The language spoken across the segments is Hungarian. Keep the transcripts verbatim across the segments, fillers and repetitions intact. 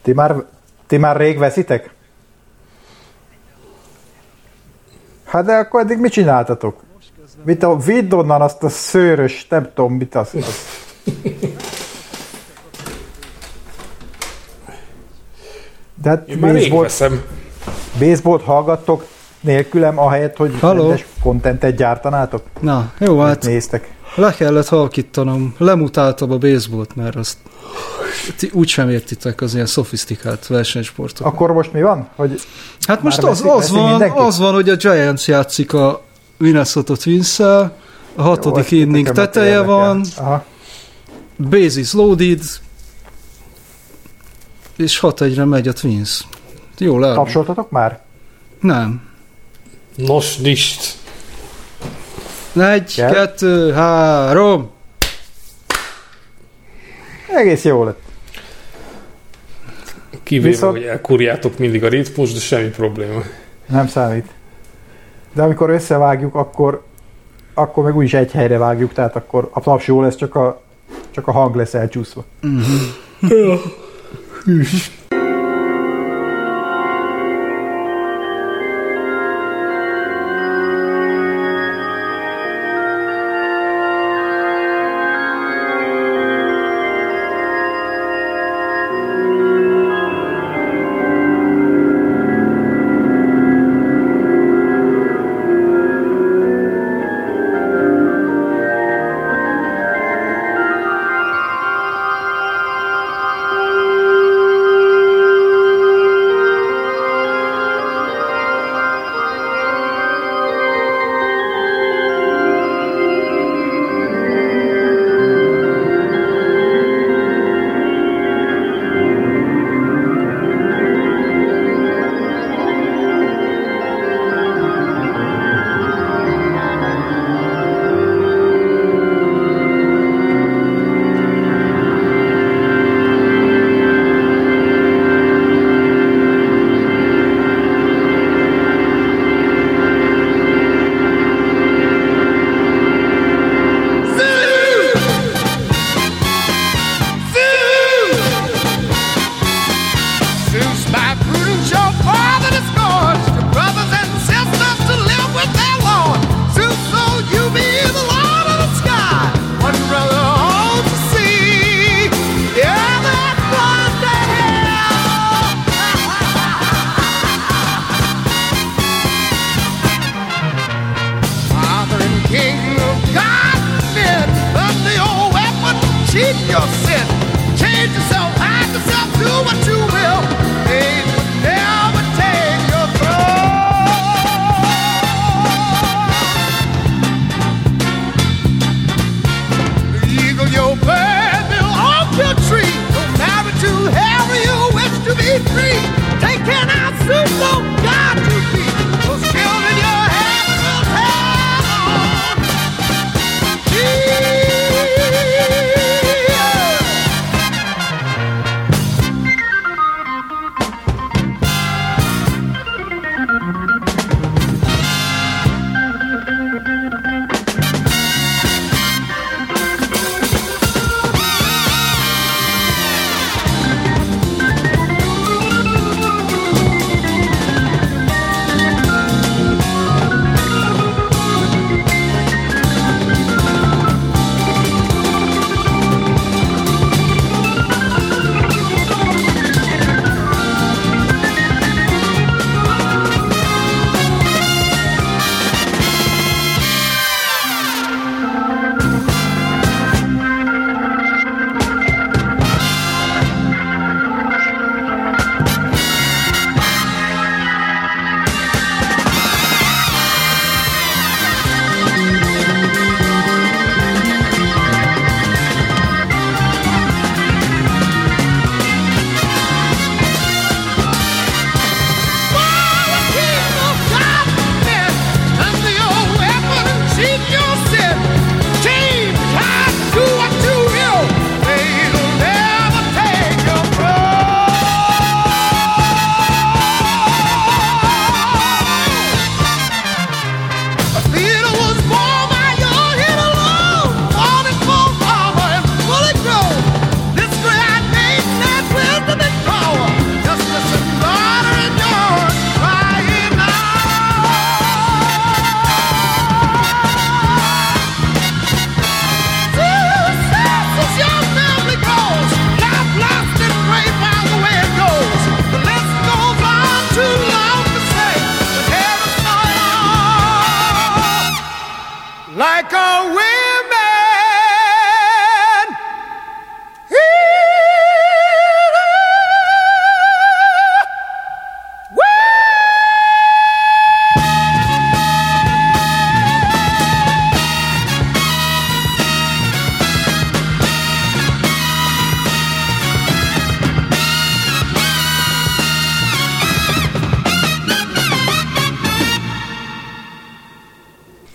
Ti már, ti már rég veszitek? Hát de akkor eddig mit csináltatok? Mit a, vidd onnan azt a szőrös, nem tudom, mit az. az. De hát Én már rég veszem. Baseballt hallgattok nélkülem, ahelyett, hogy rendes contentet gyártanátok? Na, jó, mit hát néztek? Le kellett halkítanom. Lemutáltam a baseballt, mert azt ti úgysem értitek az ilyen szofisztikált versenysportokat. Akkor most mi van? Hogy hát most az, az, van, az van, hogy a Giants játszik a Minnesota Twins-szel, a hatodik jó, inning teteje van, aha. Bases loaded, és hat egyre megy a Twins. Jól el. Tapsoltatok már? Nem. Nos, nist. Egy, Kell? kettő, három. Egész jó lett. Kivéve, Viszont... hogy elkurjátok mindig a ritmus, de semmi probléma. Nem számít. De amikor összevágjuk, akkor, akkor meg úgyis egy helyre vágjuk, tehát akkor a taps jó lesz, csak a, csak a hang lesz elcsúszva. Mm-hmm.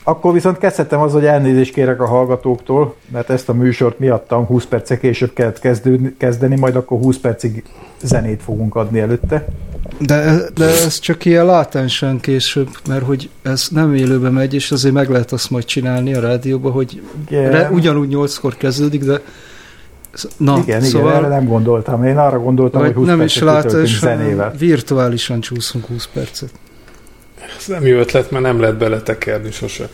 Akkor viszont kezdhetem az, hogy elnézést kérek a hallgatóktól, mert ezt a műsort miattam húsz perccel később kellett kezdődni, kezdeni, majd akkor húsz percig zenét fogunk adni előtte. De, de ez csak ilyen látensen később, mert hogy ez nem élőben megy, és azért meg lehet azt majd csinálni a rádióban, hogy re, ugyanúgy nyolckor kezdődik, de na, igen, szóval, igen, erre nem gondoltam. Én arra gondoltam, hogy húsz nem percet is látás, zenével. Virtuálisan csúszunk húsz percet. Ez nem jó ötlet, mert nem lehet beletekerni sose.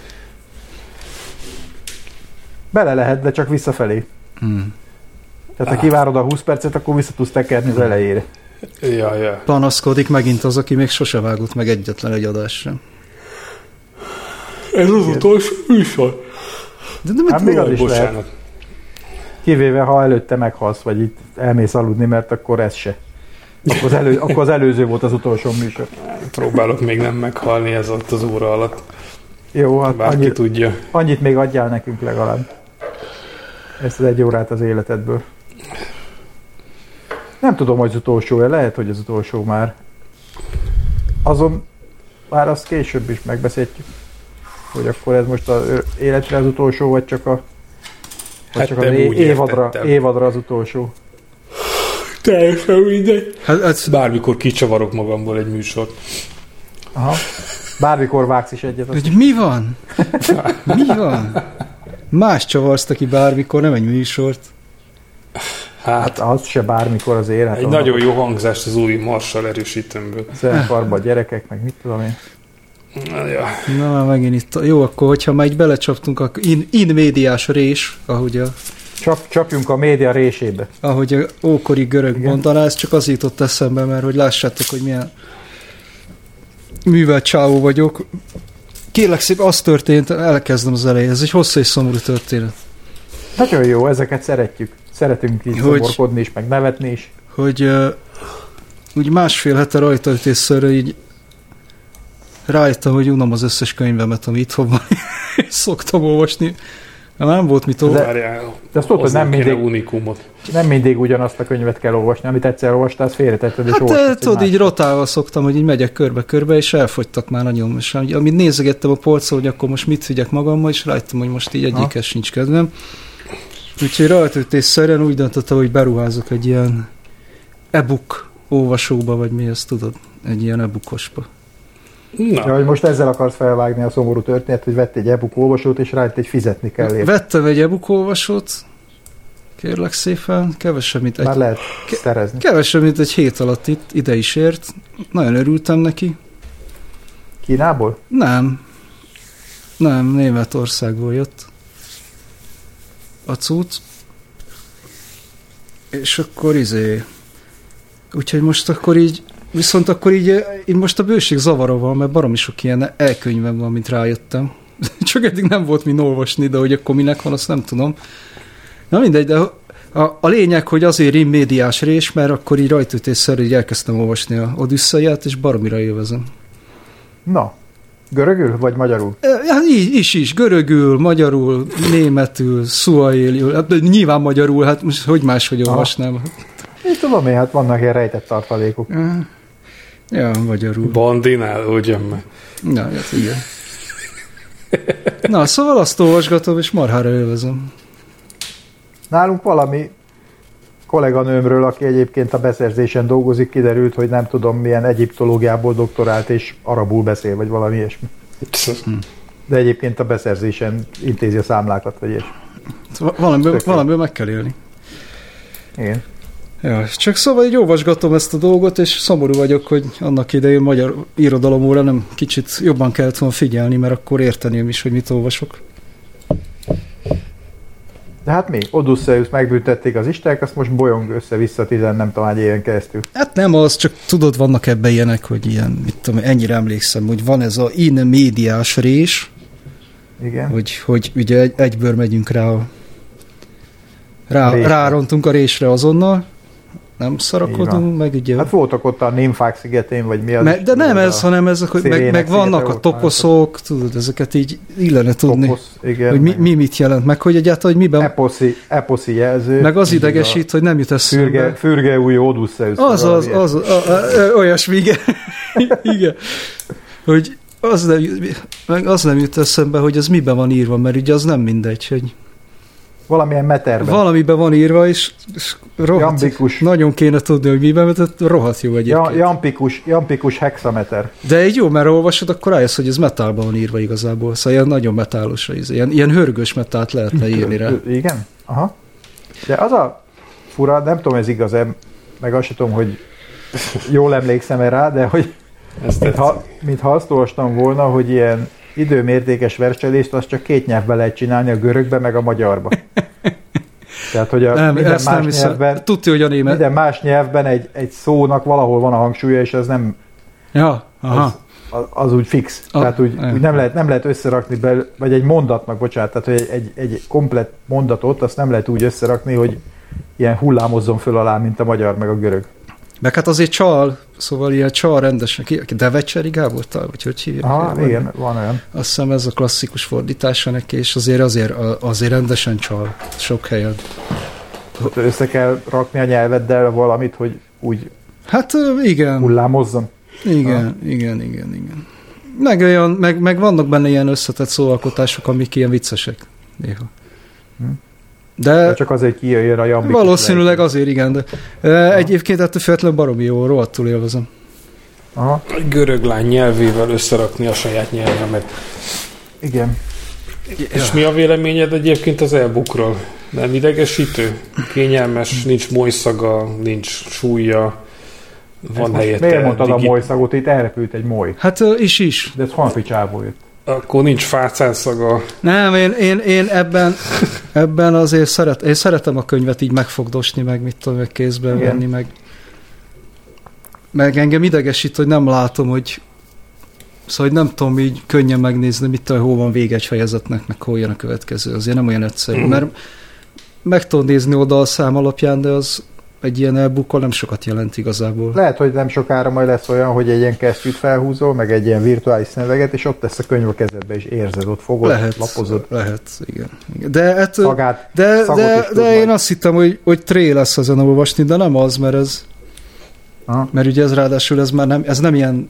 Bele lehet, de csak visszafelé. Hmm. Tehát ha kivárod a húsz percet, akkor vissza tudsz tekerni az elejére. Ja, ja. Panaszkodik megint az, aki még sose vágott meg egyetlen egy adás sem. Ez az utolsó műsor. De nem hát még az is lehet. Kivéve, ha előtte meghalsz, vagy itt elmész aludni, mert akkor ez se. Akkor az, elő, akkor az előző volt az utolsó műsor. Próbálok még nem meghalni ez ott az óra alatt. Jó, hát bárki annyit, tudja. Annyit még adjál nekünk legalább. Ezt az egy órát az életedből. Nem tudom, hogy az utolsó-e, lehet, hogy az utolsó már. Azon már azt később is megbeszéltjük, hogy akkor ez most az életre az utolsó, vagy csak a vagy hát csak az évadra, évadra az utolsó. Teljesen mindegy. Hát, hát bármikor kicsavarok magamból egy műsort. Aha. Bármikor vágsz is egyet. Hogy mi van? Mi van? Más csavarsz ki bármikor, nem egy műsort. Hát, hát az se bármikor az élet. Egy nagyon jó hangzást az új Marshall erősítőmből. Zenekarban gyerekek, meg mit tudom én. Na, ja. Na, megint itt. Jó, akkor, hogyha már így belecsaptunk, akkor in, in médiás rés, ahogy a... Csap, csapjunk a média résébe. Ahogy a ókori görög mondaná, ez csak az jutott eszembe, mert hogy lássátok, hogy milyen művelt csávó vagyok. Kérlek szépen, az történt, elkezdem az elején. Ez egy hosszú és szomorú történet. Nagyon jó, ezeket szeretjük. Szeretünk így hogy, szomorkodni is, meg nevetni is. Hogy uh, úgy másfél hete rajtaütésszörre így rájöttem, hogy unom az összes könyvemet, ami itthon van, és szoktam olvasni. Nem volt mit olvasni. De, de azt tudod, hogy nem mindig, nem mindig ugyanazt a könyvet kell olvasni, amit egyszer olvastál, azt félretetted, és hát olvastad. Hát tudod, így rotálva szoktam, hogy így megyek körbe-körbe, és elfogytak már nagyon. És amit nézegettem a polcon, hogy akkor most mit vigyek magammal, és rájöttem, hogy most így egyikes sincs kedvem. Úgyhogy rajtaütésszerűen úgy döntöttem, hogy beruházok egy ilyen e-book olvasóba, vagy mi ezt tudod? Egy ilyen e-bookosba. Na. Ja, hogy most ezzel akarsz felvágni a szomorú történet, hogy vett egy e-book olvasót, és rájött, hogy fizetni kell érte. Vettem egy e-book olvasót, kérlek szépen, kevesebb, mint egy... Már lehet szerezni. Kevesebb, mint egy hét alatt itt, ide is ért. Nagyon örültem neki. Kínából? Nem. Nem, Németországból jött a cucc. És akkor izé... Úgyhogy most akkor így... Viszont akkor így, én most a bőség zavarom van, mert baromi sok ilyen elkönyvem van, mint rájöttem. Csak eddig nem volt min olvasni, de hogy akkor minek van, azt nem tudom. Na mindegy, de a, a lényeg, hogy azért in médiás rés, mert akkor így rajtaütésszerű így elkezdtem olvasni a Odüsszeiát, és baromira élvezem. Na, görögül vagy magyarul? Ja, így, is, is. Görögül, magyarul, németül, szuahéliul, hát nyilván magyarul, hát most hogy máshogy olvasnám. Én tudom én, hát vannak ilyen rejtett tartalékok. Ja, magyarul. Bandinál, ugyan meg. Na, hát igen. Na, szóval azt olvasgatom, és marhára élvezem. Nálunk valami kolléganőmről, aki egyébként a beszerzésen dolgozik, kiderült, hogy nem tudom milyen egyiptológiából doktorált, és arabul beszél, vagy valami ilyesmi. De egyébként a beszerzésen intézi a számlákat, vagy ilyesmi. Valamiből, valamiből meg kell élni. Igen. Ja, csak szóval így olvasgatom ezt a dolgot, és szomorú vagyok, hogy annak idején magyar irodalomóra nem kicsit jobban kellett volna figyelni, mert akkor érteném is, hogy mit olvasok. De hát mi? Odüsszeiuszt megbüntették az istenek, azt most bolyong össze-vissza tizen nem tudom, éven keresztül. Hát nem az, csak tudod, vannak ebben ilyenek, hogy ilyen, mit tudom, ennyire emlékszem, hogy van ez a in médiás rés, igen. Hogy, hogy ugye egy, egyből megyünk rá, a, rá rárontunk a résre azonnal, nem szarakodunk, meg ugye... Hát voltak ott a Nymphák szigetén, vagy mi az... Me, de nem ez, hanem ezek, hogy meg, meg vannak a toposzok, tudod, ezeket így illene tudni, Toposz, igen, hogy mi, mi mit jelent, meg hogy egyáltalán, hogy miben... Eposzi, eposzi jelző. Meg az idegesít, hogy nem jut eszembe. Fürge, fürge új Odüsszeusz. Az, az, az, az, olyasmi, igen. Igen. Hogy az nem, meg az nem jut eszembe, hogy ez miben van írva, mert ugye az nem mindegy, hogy valamilyen meterben. Valamiben van írva, és, és rohadt, jambikus. Nagyon kéne tudni, hogy miben, mert rohadt jó egyébként. Ja, jampikus, jampikus hexameter. De egy jó, mert olvasod, akkor rájössz, hogy ez metálban van írva igazából. Szóval ilyen nagyon metálos, ilyen, ilyen hörgős metált lehetne írni rá. Igen? Aha. De az a fura, nem tudom, ez igaz-e, meg azt sem tudom, hogy jól emlékszem-e rá, de hogy mintha, mintha azt olvastam volna, hogy ilyen időmértékes verselést azt csak két nyelvben lehet csinálni, a görögbe meg a magyarba. Tehát, hogy a nem, minden, más nyelvben, Tudti, hogy a német... minden más nyelvben egy, egy szónak valahol van a hangsúlya, és az nem... Ja, aha. Az, az, az úgy fix. A, tehát úgy, úgy nem, lehet, nem lehet összerakni, be, vagy egy mondatnak, bocsánat, tehát hogy egy, egy, egy komplett mondatot, azt nem lehet úgy összerakni, hogy ilyen hullámozzon föl alá, mint a magyar meg a görög. Meg hát azért csal, szóval ilyen csal rendesen. Devecseri Gábortal, vagy hogy hívják? Aha, van, igen, van olyan. Azt hiszem ez a klasszikus fordítása neki, és azért, azért, azért rendesen csal sok helyen. Össze kell rakni a nyelveddel valamit, hogy úgy hát igen. hullámozzon. Igen, ha. igen, igen, igen. Meg, olyan, meg, meg vannak benne ilyen összetett szóalkotások, amik ilyen viccesek néha. Hm. De, de csak azért kijöjjön a jambikus. Valószínűleg lehet. Azért, igen, de e, egyébként ettől függetlenül baromi jó, rohadtul élvezem. Aha. A görög lány nyelvével összerakni a saját nyelvemet. Igen. És ja. Mi a véleményed egyébként az e-bookról? Nem idegesítő? Kényelmes, nincs molyszaga, nincs súlya, van helyette. Miért mondtad digi... a molyszagot? Itt elrepült egy moly. Hát is is. De ez honficsából jött. Akkor nincs fácánszaga. Nem, én, én, én ebben, ebben azért szeret, én szeretem a könyvet így megfogdosni, meg mit tudom, meg kézben igen. venni, meg, meg engem idegesít, hogy nem látom, hogy szóval, hogy nem tudom így könnyen megnézni, mit tudom, hol van vége egy fejezetnek, meg hol jön a következő. Azért nem olyan egyszerű, mm. mert meg tudom nézni oda a szám alapján, de az egy ilyen e-bookkal nem sokat jelent igazából. Lehet, hogy nem sokára majd lesz olyan, hogy egy ilyen kesztyűt felhúzol, meg egy ilyen virtuális szemüveget, és ott lesz a könyv a kezedbe, és érzed, ott fogod, lehet, lapozod. Lehet, igen. igen. De, hát, Szagát, de, de, de én azt hittem, hogy, hogy tré lesz ezen olvasni, de nem az, mert ez aha. mert ugye ez ráadásul ez már nem, ez nem ilyen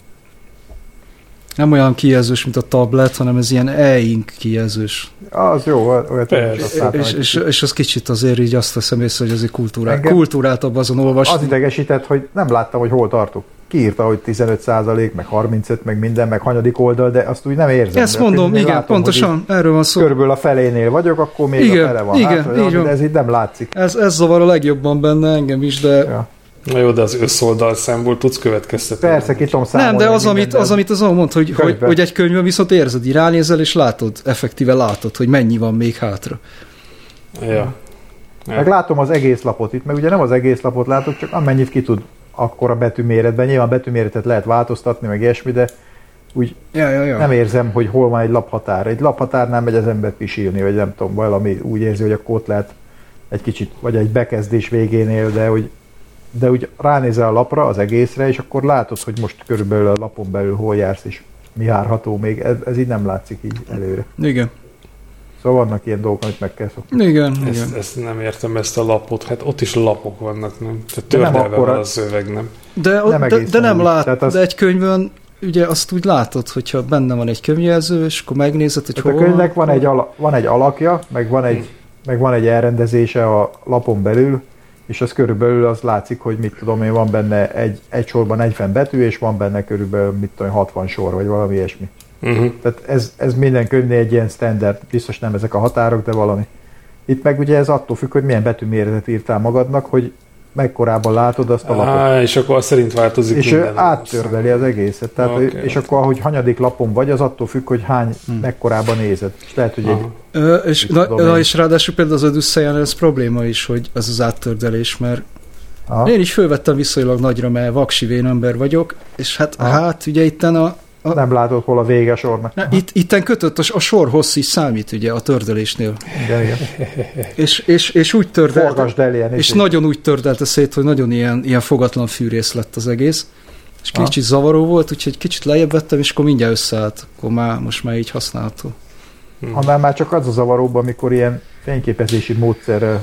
nem olyan kijelzős, mint a tablet, hanem ez ilyen e-ink kijelzős. Az jó, olyat és, és, és, és az kicsit azért így azt veszem észre, hogy azért kultúrát, kultúráltabb azon olvasni. Az idegesített, hogy nem láttam, hogy hol tartok. Kiírta, hogy tizenöt százalék, meg harmincöt, meg minden, meg hanyadik oldal, de azt úgy nem érzem. Ezt mondom, igen, látom, pontosan, erről van szó. Körülbelül a felénél vagyok, akkor még igen, a fele van. Igen, hát, így van. De ez így nem látszik. Ez, ez zavar a legjobban benne engem is, de... Ja. Na jó, de az összoldal számból tudsz következtetni. Persze, ki tudom számolni. Nem, de az, amit, az, amit az mond, hogy, hogy, hogy egy könyvben viszont érzed, így ránézel, és látod, effektíve látod, hogy mennyi van még hátra. Ja. ja. Meg látom az egész lapot itt, meg ugye nem az egész lapot látod, csak amennyit ki tud akkor a betűméretben. Nyilván betűméretet lehet változtatni, meg ilyesmi, de úgy ja, ja, ja. nem érzem, hogy hol van egy laphatár. Egy laphatárnál megy az ember pisilni, vagy nem tudom, valami úgy érzi, hogy akkor ott lehet egy kicsit, vagy egy bekezdés végénél, de hogy de úgy ránézel a lapra, az egészre, és akkor látod, hogy most körülbelül a lapon belül hol jársz, és mi járható még. Ez, ez így nem látszik így előre. Igen. Szóval vannak ilyen dolgok, amit meg kell szokni. Igen, ezt, igen. Ezt nem értem, ezt a lapot. Hát ott is lapok vannak, nem? Tehát tördelve van a szöveg, nem? De, nem, de, de nem lát, az... de egy könyvön ugye azt úgy látod, hogyha benne van egy könyvjelző, és akkor megnézed, hogy hol a könyvnek van, van, egy ala, van egy alakja, meg van egy, hmm. meg van egy elrendezése a lapon belül, és az körülbelül az látszik, hogy mit tudom én, van benne egy, egy sorban negyven betű, és van benne körülbelül mit tudom, hatvan sor, vagy valami ilyesmi. Uh-huh. Tehát ez, ez minden könyvnél egy ilyen standard, biztos nem ezek a határok, de valami. Itt meg ugye ez attól függ, hogy milyen betűméretet írtál magadnak, hogy mekkorában látod azt a lapot. Á, és akkor az szerint változik és minden. És áttördeli az egészet. Tehát, okay, és okay. akkor, ahogy hanyadik lapon vagy, az attól függ, hogy hány, hmm. mekkorában nézed. És lehet, hogy egy... Ö, és, na, na, és ráadásul például az Odüsszeien ez probléma is, hogy az az áttördelés, mert aha. én is fölvettem viszonylag nagyra, mert vaksi vén ember vagyok, és hát, hát ugye itten a A, nem látod, hol a vége sornak. Ne, itt, itten kötött a, a sor hossz is számít, ugye, a tördelésnél. Igen, igen. És, és, és úgy tördelte, el, és nagyon úgy tördelte szét, hogy nagyon ilyen, ilyen fogatlan fűrész lett az egész. És kicsit ha. zavaró volt, úgyhogy kicsit lejjebb vettem, és akkor mindjárt összeállt. Akkor már, most már így használható. Hmm. Annál már csak az a zavaróbb, amikor ilyen fényképezési módszerrel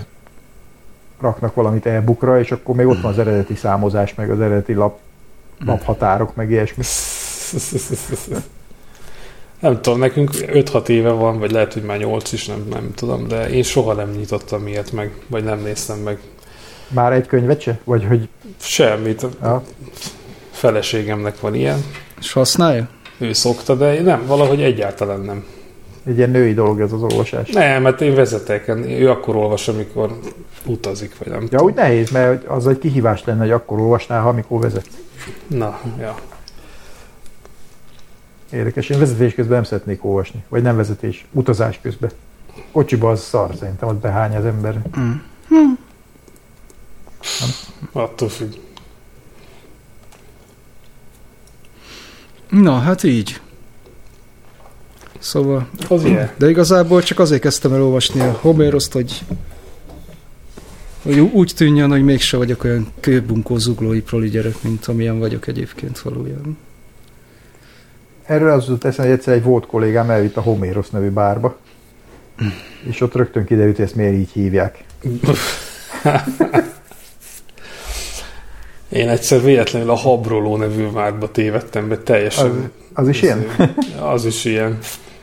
raknak valamit e-bookra, és akkor még ott van az eredeti számozás, meg az eredeti lap, laphatárok, meg ilyesmi. Nem tudom, nekünk öt-hat éve van, vagy lehet, hogy már nyolc is, nem, nem tudom, de én soha nem nyitottam ilyet meg, vagy nem néztem meg. Már egy könyvet se? Vagy hogy... Semmit. Ja. Feleségemnek van ilyen. És használja? Ő szokta, de nem, valahogy egyáltalán nem. Egy ilyen női dolog ez az olvasás. Nem, mert én vezetek, ő akkor olvas, amikor utazik, vagy nem. Ja, tudom. Úgy nehéz, mert az egy kihívás lenne, hogy akkor olvasnál, ha amikor vezet. Na, ja. Érdekes, én vezetés közben nem szeretnék olvasni. Vagy nem vezetés, utazás közben. Kocsiba az szar, szerintem ott behány az ember. Mm. Hm. Attól függ. Na, hát így. Szóval... Az ilyen. De igazából csak azért kezdtem el olvasni a Homéroszt, hogy, hogy úgy tűnjön, hogy mégse vagyok olyan kőbunkó zuglói proli gyerek, mint amilyen vagyok egyébként valójában. Erről az jutott eszembe, hogy egyszer egy volt kollégám elvitt a Homérosz nevű bárba, és ott rögtön kiderült, hogy ezt miért így hívják. Én egyszer véletlenül a Habroló nevű bárba tévedtem be teljesen. Az, az is ilyen? Az is ilyen.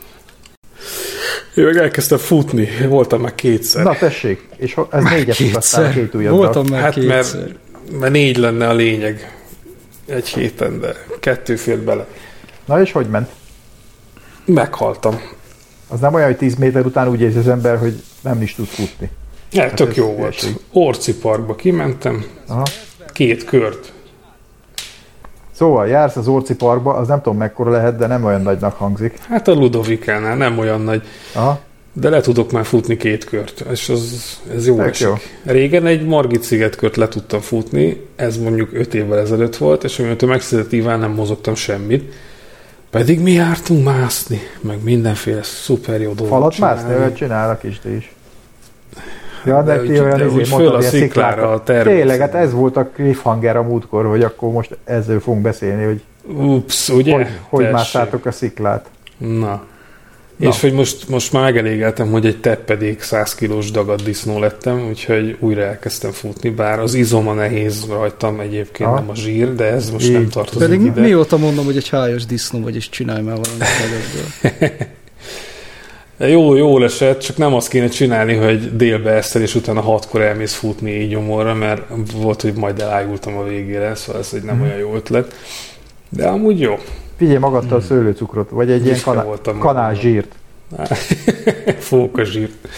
Én meg elkezdtem futni, voltam már kétszer. Na tessék, és ez már négyet utaztál két ujjaddal. Voltam már hát kétszer. Mert, mert négy lenne a lényeg egy héten, de kettő fért bele. Na és hogy ment? Meghaltam. Az nem olyan, hogy tíz méter után úgy érzi az ember, hogy nem is tud futni. Ja, hát tök jó volt. Orci Parkba kimentem, aha. Két kört. Szóval jársz az Orci Parkba, az nem tudom mekkora lehet, de nem olyan nagynak hangzik. Hát a Ludovikánál nem olyan nagy. Aha. De le tudok már futni két kört, és az, ez jó Tök esik. Jó. Régen egy Margit szigetkört le tudtam futni, ez mondjuk öt évvel ezelőtt volt, és amióta megszületett Iván nem mozogtam semmit. Pedig mi jártunk mászni, meg mindenféle szuper jó dolgot Falat mászni, olyat csinálnak is, te is. Ja, de, de úgy, olyan de úgy föl a sziklára a természet. Tényleg, hát ez volt a cliffhanger a múltkor, hogy akkor most ezzel fogunk beszélni, hogy Ups, ugye? hogy, hogy másztátok a sziklát. Na. Na. És hogy most, most már megelégeltem, hogy egy teppedék száz kilós dagad disznó lettem, úgyhogy újra elkezdtem futni, bár az izoma nehéz rajtam egyébként, ha. Nem a zsír, de ez most Így. Nem tartozik Pedig ide. Pedig mióta mondom, hogy egy hájas disznó vagy, és csinálj már valamit magadból. Jó, jól esett, csak nem azt kéne csinálni, hogy délbe eszel, és utána hatkor elmész futni így gyomorra, mert volt, hogy majd elájultam a végére, szóval ez egy nem hmm. olyan jó ötlet. De amúgy jó. Figyelj magadtal hmm. szőlőcukrot, vagy egy Viszka ilyen kaná- kanálzsírt. Fókazsírt.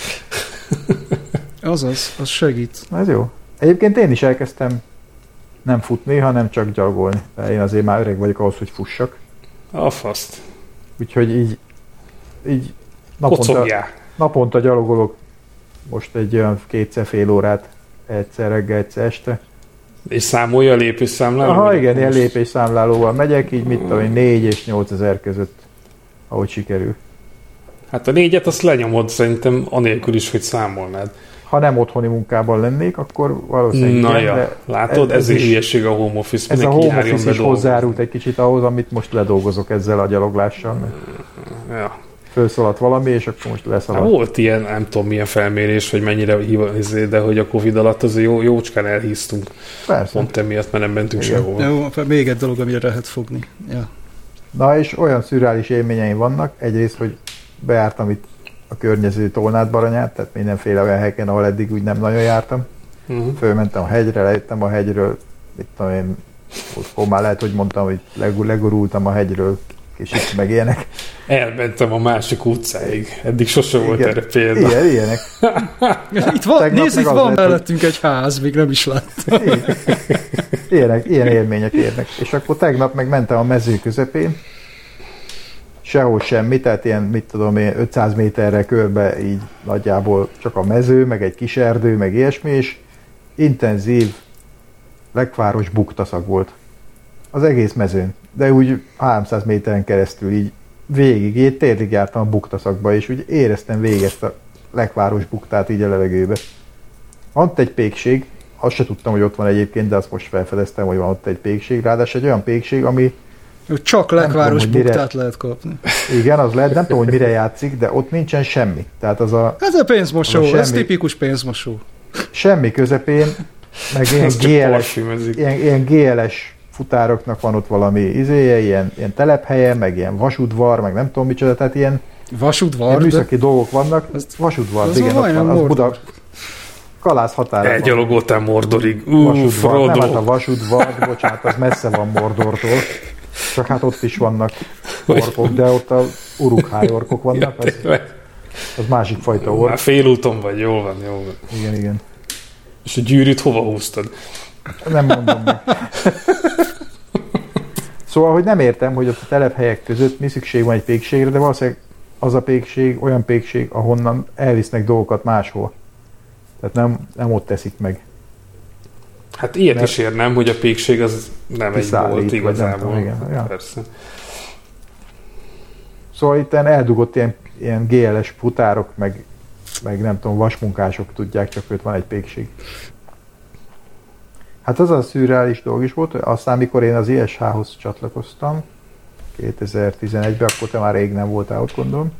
Azaz, az segít. Ez jó. Egyébként én is elkezdtem nem futni, hanem csak gyalogolni. De én azért már öreg vagyok ahhoz, hogy fussak. A faszt. Úgyhogy így, így naponta, naponta gyalogolok most egy olyan kétszer fél órát, egyszer reggel, egyszer este. És számolja a lépésszámláló? Aha, igen, ilyen lépésszámlálóval megyek, így mit tudom én, négy és nyolcezer között, ahogy sikerül. Hát a négyet azt lenyomod szerintem anélkül is, hogy számolnád. Ha nem otthoni munkában lennék, akkor valószínűleg Na igen, ja, látod, ez, ez is hülyeség a home office. Ez a home office is hozzárult egy kicsit ahhoz, amit most ledolgozok ezzel a gyaloglással. Ja. Fölszaladt valami, és akkor most leszaladt. Hát volt ilyen, nem tudom milyen felmérés, hogy mennyire hív, de hogy a Covid alatt azért jó, jócskán elhíztunk. Persze. Pont emiatt, mert nem mentünk sehova. Jó, még egy dolog, amire lehet fogni. Ja. Na és olyan szürreális élményeim vannak. Egyrészt, hogy bejártam itt a környező Tolnát Baranyát, tehát mindenféle olyan helyeken, ahol eddig úgy nem nagyon jártam. Uh-huh. Fölmentem a hegyre, lejöttem a hegyről, mit tudom én, akkor már lehet, hogy mondtam, hogy legurultam a hegyről, és itt meg ilyenek. Elmentem a másik utcáig. Eddig sose igen, volt erre példa. Igen, ilyenek. Itt van, nézd, itt van mellettünk egy ház, még nem is láttam. Ilyenek, ilyen élmények érnek. És akkor tegnap meg mentem a mező közepén, sehol semmi, tehát ilyen, mit tudom én, ötszáz méterre körbe így nagyjából csak a mező, meg egy kis erdő, meg ilyesmi, és intenzív lekváros buktaszag volt. Az egész mezőn. De úgy háromszáz méteren keresztül így végig, így térdig jártam a buktaszakba, és úgy éreztem végig ezt a lekváros buktát így a levegőbe. Van ott egy pékség, azt se tudtam, hogy ott van egyébként, de azt most felfedeztem, hogy van ott egy pékség, ráadásul egy olyan pékség, ami csak lekváros tudom, buktát mire... lehet kapni. Igen, az lehet, nem tudom, hogy mire játszik, de ott nincsen semmi. Tehát az a... Ez a pénzmosó, az a ez tipikus pénzmosó. Semmi közepén, meg ilyen gé el es, ilyen, ilyen gé el es futároknak van ott valami izéje, ilyen, ilyen telephelye, meg ilyen vasudvar, meg nem tudom micsoda, tehát ilyen, vasudvar, ilyen műszaki de... dolgok vannak. Vasudvar, az igen, ott van, az Buda, Kalász határában. Elgyalogoltál Mordorig. Uff, Frodo. Nem, hát a vasudvar, bocsánat, az messze van Mordortól. Csak hát ott is vannak orkok, de ott a Uruk-hai orkok vannak. Az, az másik fajta ork. Már félúton vagy, jól van, jól van. Igen, igen. És a gyűrűt hova húztad? Nem mondom meg. Szóval, hogy nem értem, hogy ott a telephelyek között mi szükség van egy pékségre, de valószínűleg az a pékség, olyan pékség, ahonnan elvisznek dolgokat máshol. Tehát nem, nem ott teszik meg. Hát ilyet mert is érnem, hogy a pékség az nem egy volt igazából. Nem tudom, ja. Persze. Szóval itt eldugott ilyen, ilyen gé el es futárok, meg, meg nem tudom, vasmunkások tudják, csak őt van egy pékség. Hát az a szürreális dolog is volt, aztán mikor én az i es há-hoz csatlakoztam, kétezer-tizenegyben, akkor te már rég nem voltál ott, gondolom.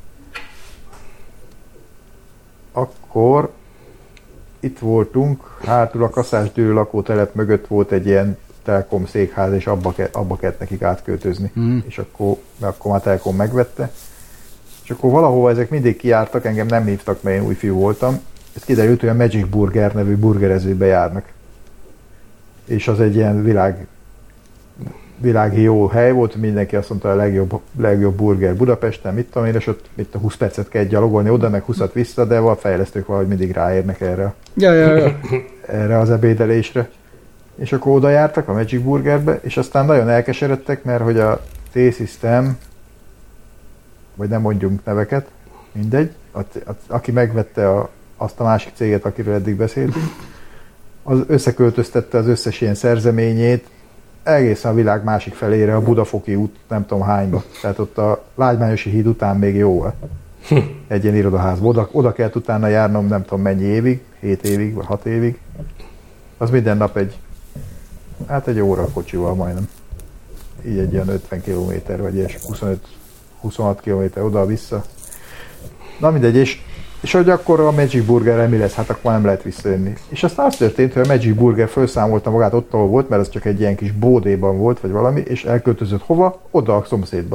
Akkor itt voltunk, hátul a Kaszás-Dőrő lakótelep mögött volt egy ilyen Telekom székház, és abba, ke, abba kellett nekik átköltözni. Mm. És akkor, mert akkor már Telekom megvette. És akkor valahova ezek mindig kijártak, engem nem hívtak, mert én új fiú voltam. Ez kiderült, hogy a Magic Burger nevű burgerezőbe járnak. És az egy ilyen világ, világi jó hely volt, mindenki azt mondta, a legjobb, legjobb burger Budapesten, mit tudom én, és ott itt a húsz percet kell gyalogolni oda, meg húszat vissza, de a fejlesztők valahogy mindig ráérnek erre, ja, ja, ja. erre az ebédelésre. És akkor oda jártak a Magic Burgerbe, és aztán nagyon elkeseredtek, mert hogy a T-System, vagy nem mondjunk neveket, mindegy, a, a, aki megvette a, azt a másik céget, akiről eddig beszéltünk, az összeköltöztette az összes ilyen szerzeményét egészen a világ másik felére, a Budafoki út, nem tudom hányba. Tehát ott a Lágymányosi híd után még jó egy ilyen irodaházba. Oda, oda kellett utána járnom nem tudom mennyi évig, hét évig, vagy hat évig. Az minden nap egy, hát egy óra kocsival majdnem. Így egy ilyen ötven kilométer, vagy ilyes huszonöt-huszonhat kilométer oda-vissza. Na mindegy, és És hogy akkor a Magic Burgerrel mi lesz? Hát akkor nem lehet visszajönni. És aztán az történt, hogy a Magic Burger felszámolta magát ott, ahol volt, mert az csak egy ilyen kis bódéban volt, vagy valami, és elköltözött hova? Oda a szomszédba.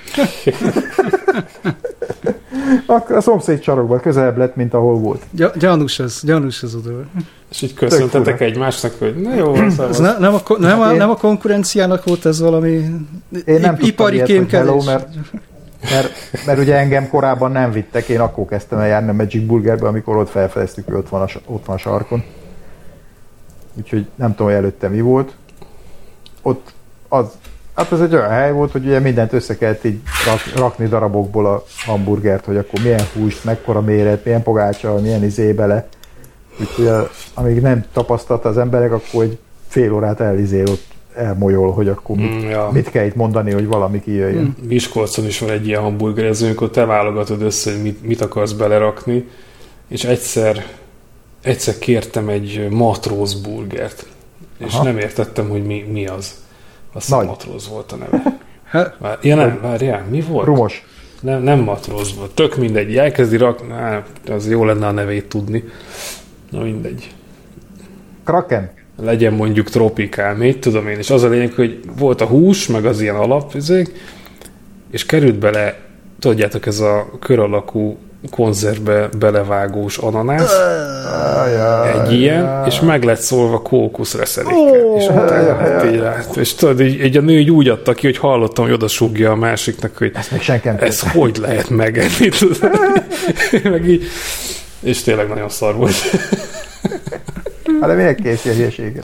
Akkor a szomszéd sarokban közelebb lett, mint ahol volt. Gy- gyanús ez, gyanús ez oda. És így köszöntetek egymásnak, hogy na jó, ez ne, nem, a, nem, a, nem a konkurenciának volt ez valami én nem ipari kémkedés. Mert, mert, mert ugye engem korábban nem vittek, én akkor kezdtem el járni a Magic Burgerbe, amikor ott felfedeztük, hogy ott van a, ott van a sarkon. Úgyhogy nem tudom, hogy előtte mi volt. Ott az, hát ez egy olyan hely volt, hogy ugye mindent össze kellett így rak, rakni darabokból a hamburgert, hogy akkor milyen húst, mekkora méret, milyen pogácsa, milyen izé bele. Úgyhogy amíg nem tapasztalta az emberek, akkor egy fél órát elizél ott elmolyol, hogy akkor mit, mm, ja. mit kell itt mondani, hogy valami kijöjjön. Mm. Miskolcon is van egy ilyen hamburgerező, amikor te válogatod össze, hogy mit, mit akarsz belerakni, és egyszer, egyszer kértem egy matróz burgert, és aha. nem értettem, hogy mi, mi az. Azt a matróz volt a neve. Vár, ja nem, várjál, mi volt? Rumos. Nem, nem matróz volt. Tök mindegy, elkezdi rakni, az jó lenne a nevét tudni. Na mindegy. Kraken. Legyen mondjuk tropikál, mit tudom én, és az a lényeg, hogy volt a hús, meg az ilyen alapvizék, és került bele, tudjátok, ez a kör alakú konzervbe belevágós ananász, egy ilyen, és meg lett szólva kókuszreszelékkel. Oh, és hát így lát, és tudod, így, így a nő így úgy adta ki, hogy hallottam, hogy oda súgja a másiknak, hogy ezt még senki nem ez hogy lehet megenni, tudod? Meg így, és tényleg nagyon szar volt. Hát de miért készíti a hülyeséget?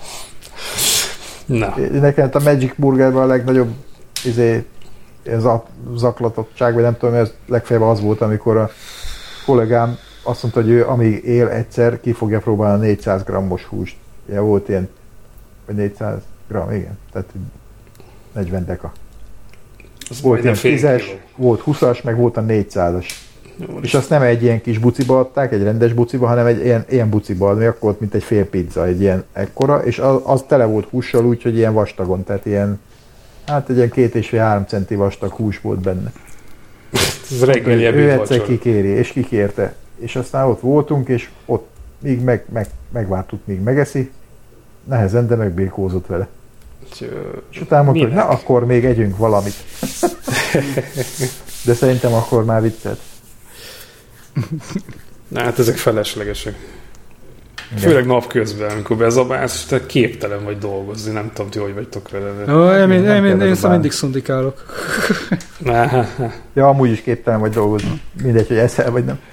Na. Nekem a Magic Burgerben a legnagyobb izé, ez a zaklatottság, vagy nem tudom, ez legfeljebb az volt, amikor a kollégám azt mondta, hogy ő amíg él egyszer, ki fogja próbálni a négyszáz grammos húst. Ja, volt ilyen, vagy négyszáz gramm, igen, tehát negyven deka. Az volt ilyen tízes, volt húszas, meg volt a négyszázas. Jó, és azt nem egy ilyen kis buciba adták, egy rendes buciba, hanem egy ilyen, ilyen buciba adni, akkor volt, mint egy fél pizza, egy ilyen ekkora, és az, az tele volt hússal, úgyhogy ilyen vastagon, tehát ilyen, hát egy ilyen két és fél három centi vastag hús volt benne. Ez reggeli ő egyszer kikéri, és kikérte. És aztán ott voltunk, és ott még meg, meg, megvártuk, míg megeszi, nehezen, de megbirkózott vele. És utána mondta, hogy na, akkor még együnk valamit. De szerintem akkor már viccelt. Na hát ezek feleslegesek. Igen. Főleg napközben, amikor bezabálsz, és te képtelen vagy dolgozni, nem tudom, ti hogy vagytok vele. Ó, én, én, én, én, én szóval mindig szundikálok. Ja, amúgy is képtelen vagy dolgozni. Mindegy, hogy eszel vagy nem.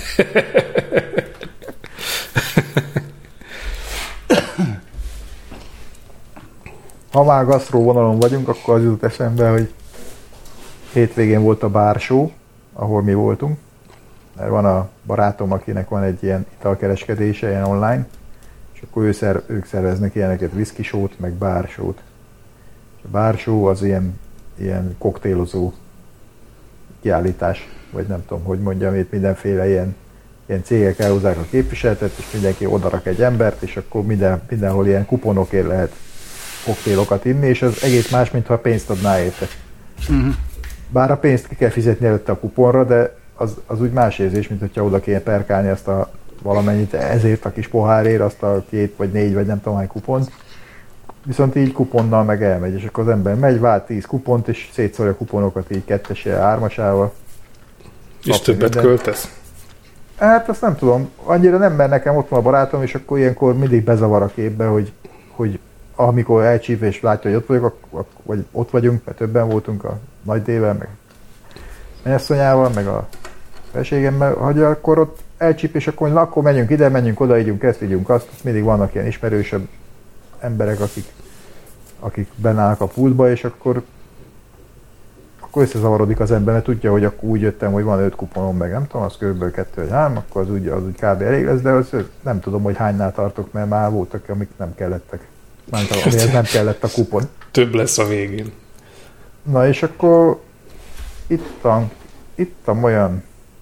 Ha már gasztró vonalon vagyunk, akkor az jutott eszembe, hogy hétvégén volt a Bar Show, ahol mi voltunk. Mert van a barátom, akinek van egy ilyen italkereskedése, ilyen online, és akkor ő szer, ők szerveznek ilyeneket, whisky show-t, meg bar show-t. És a bar show az ilyen, ilyen koktélozó kiállítás, vagy nem tudom, hogy mondjam, itt mindenféle ilyen, ilyen cégek elhozzák a képviseletet, és mindenki odarak egy embert, és akkor minden, mindenhol ilyen kuponokért lehet koktélokat inni, és az egész más, mintha pénzt adná érte. Uh-huh. Bár a pénzt ki kell fizetni előtte a kuponra, de az, az úgy más érzés, mint hogyha oda kéne perkálni azt a valamennyit, ezért a kis pohárért, azt a két vagy négy vagy nem tudom hány kupont. Viszont így kuponnal meg elmegy, és akkor az ember megy, vált tíz kupont, és szétszorja a kuponokat így kettesel, hármasával. És többet minden. Költesz? Hát azt nem tudom, annyira nem, mert nekem ott van a barátom, és akkor ilyenkor mindig bezavar a képbe, hogy, hogy amikor elcsíp és látja, hogy ott vagyok, vagy ott vagyunk, mert többen voltunk a nagy D-vel, meg mennyasszonyával, meg a felségemmel, hogy akkor ott elcsíp, és akkor, na, akkor menjünk ide, menjünk oda, ígyunk ezt, ígyunk azt. Mindig vannak ilyen ismerősebb emberek, akik, akik bennállnak a pultba, és akkor, akkor összezavarodik az ember, mert tudja, hogy akkor úgy jöttem, hogy van öt kuponom, meg nem tudom, az körülbelül kettő vagy három, akkor az úgy, az úgy kb. Elég lesz, de az, nem tudom, hogy hánynál tartok, mert már voltak, amik nem kellettek. Már amihez nem kellett a kupon. Több lesz a végén. Na és akkor ittam, ittam olyan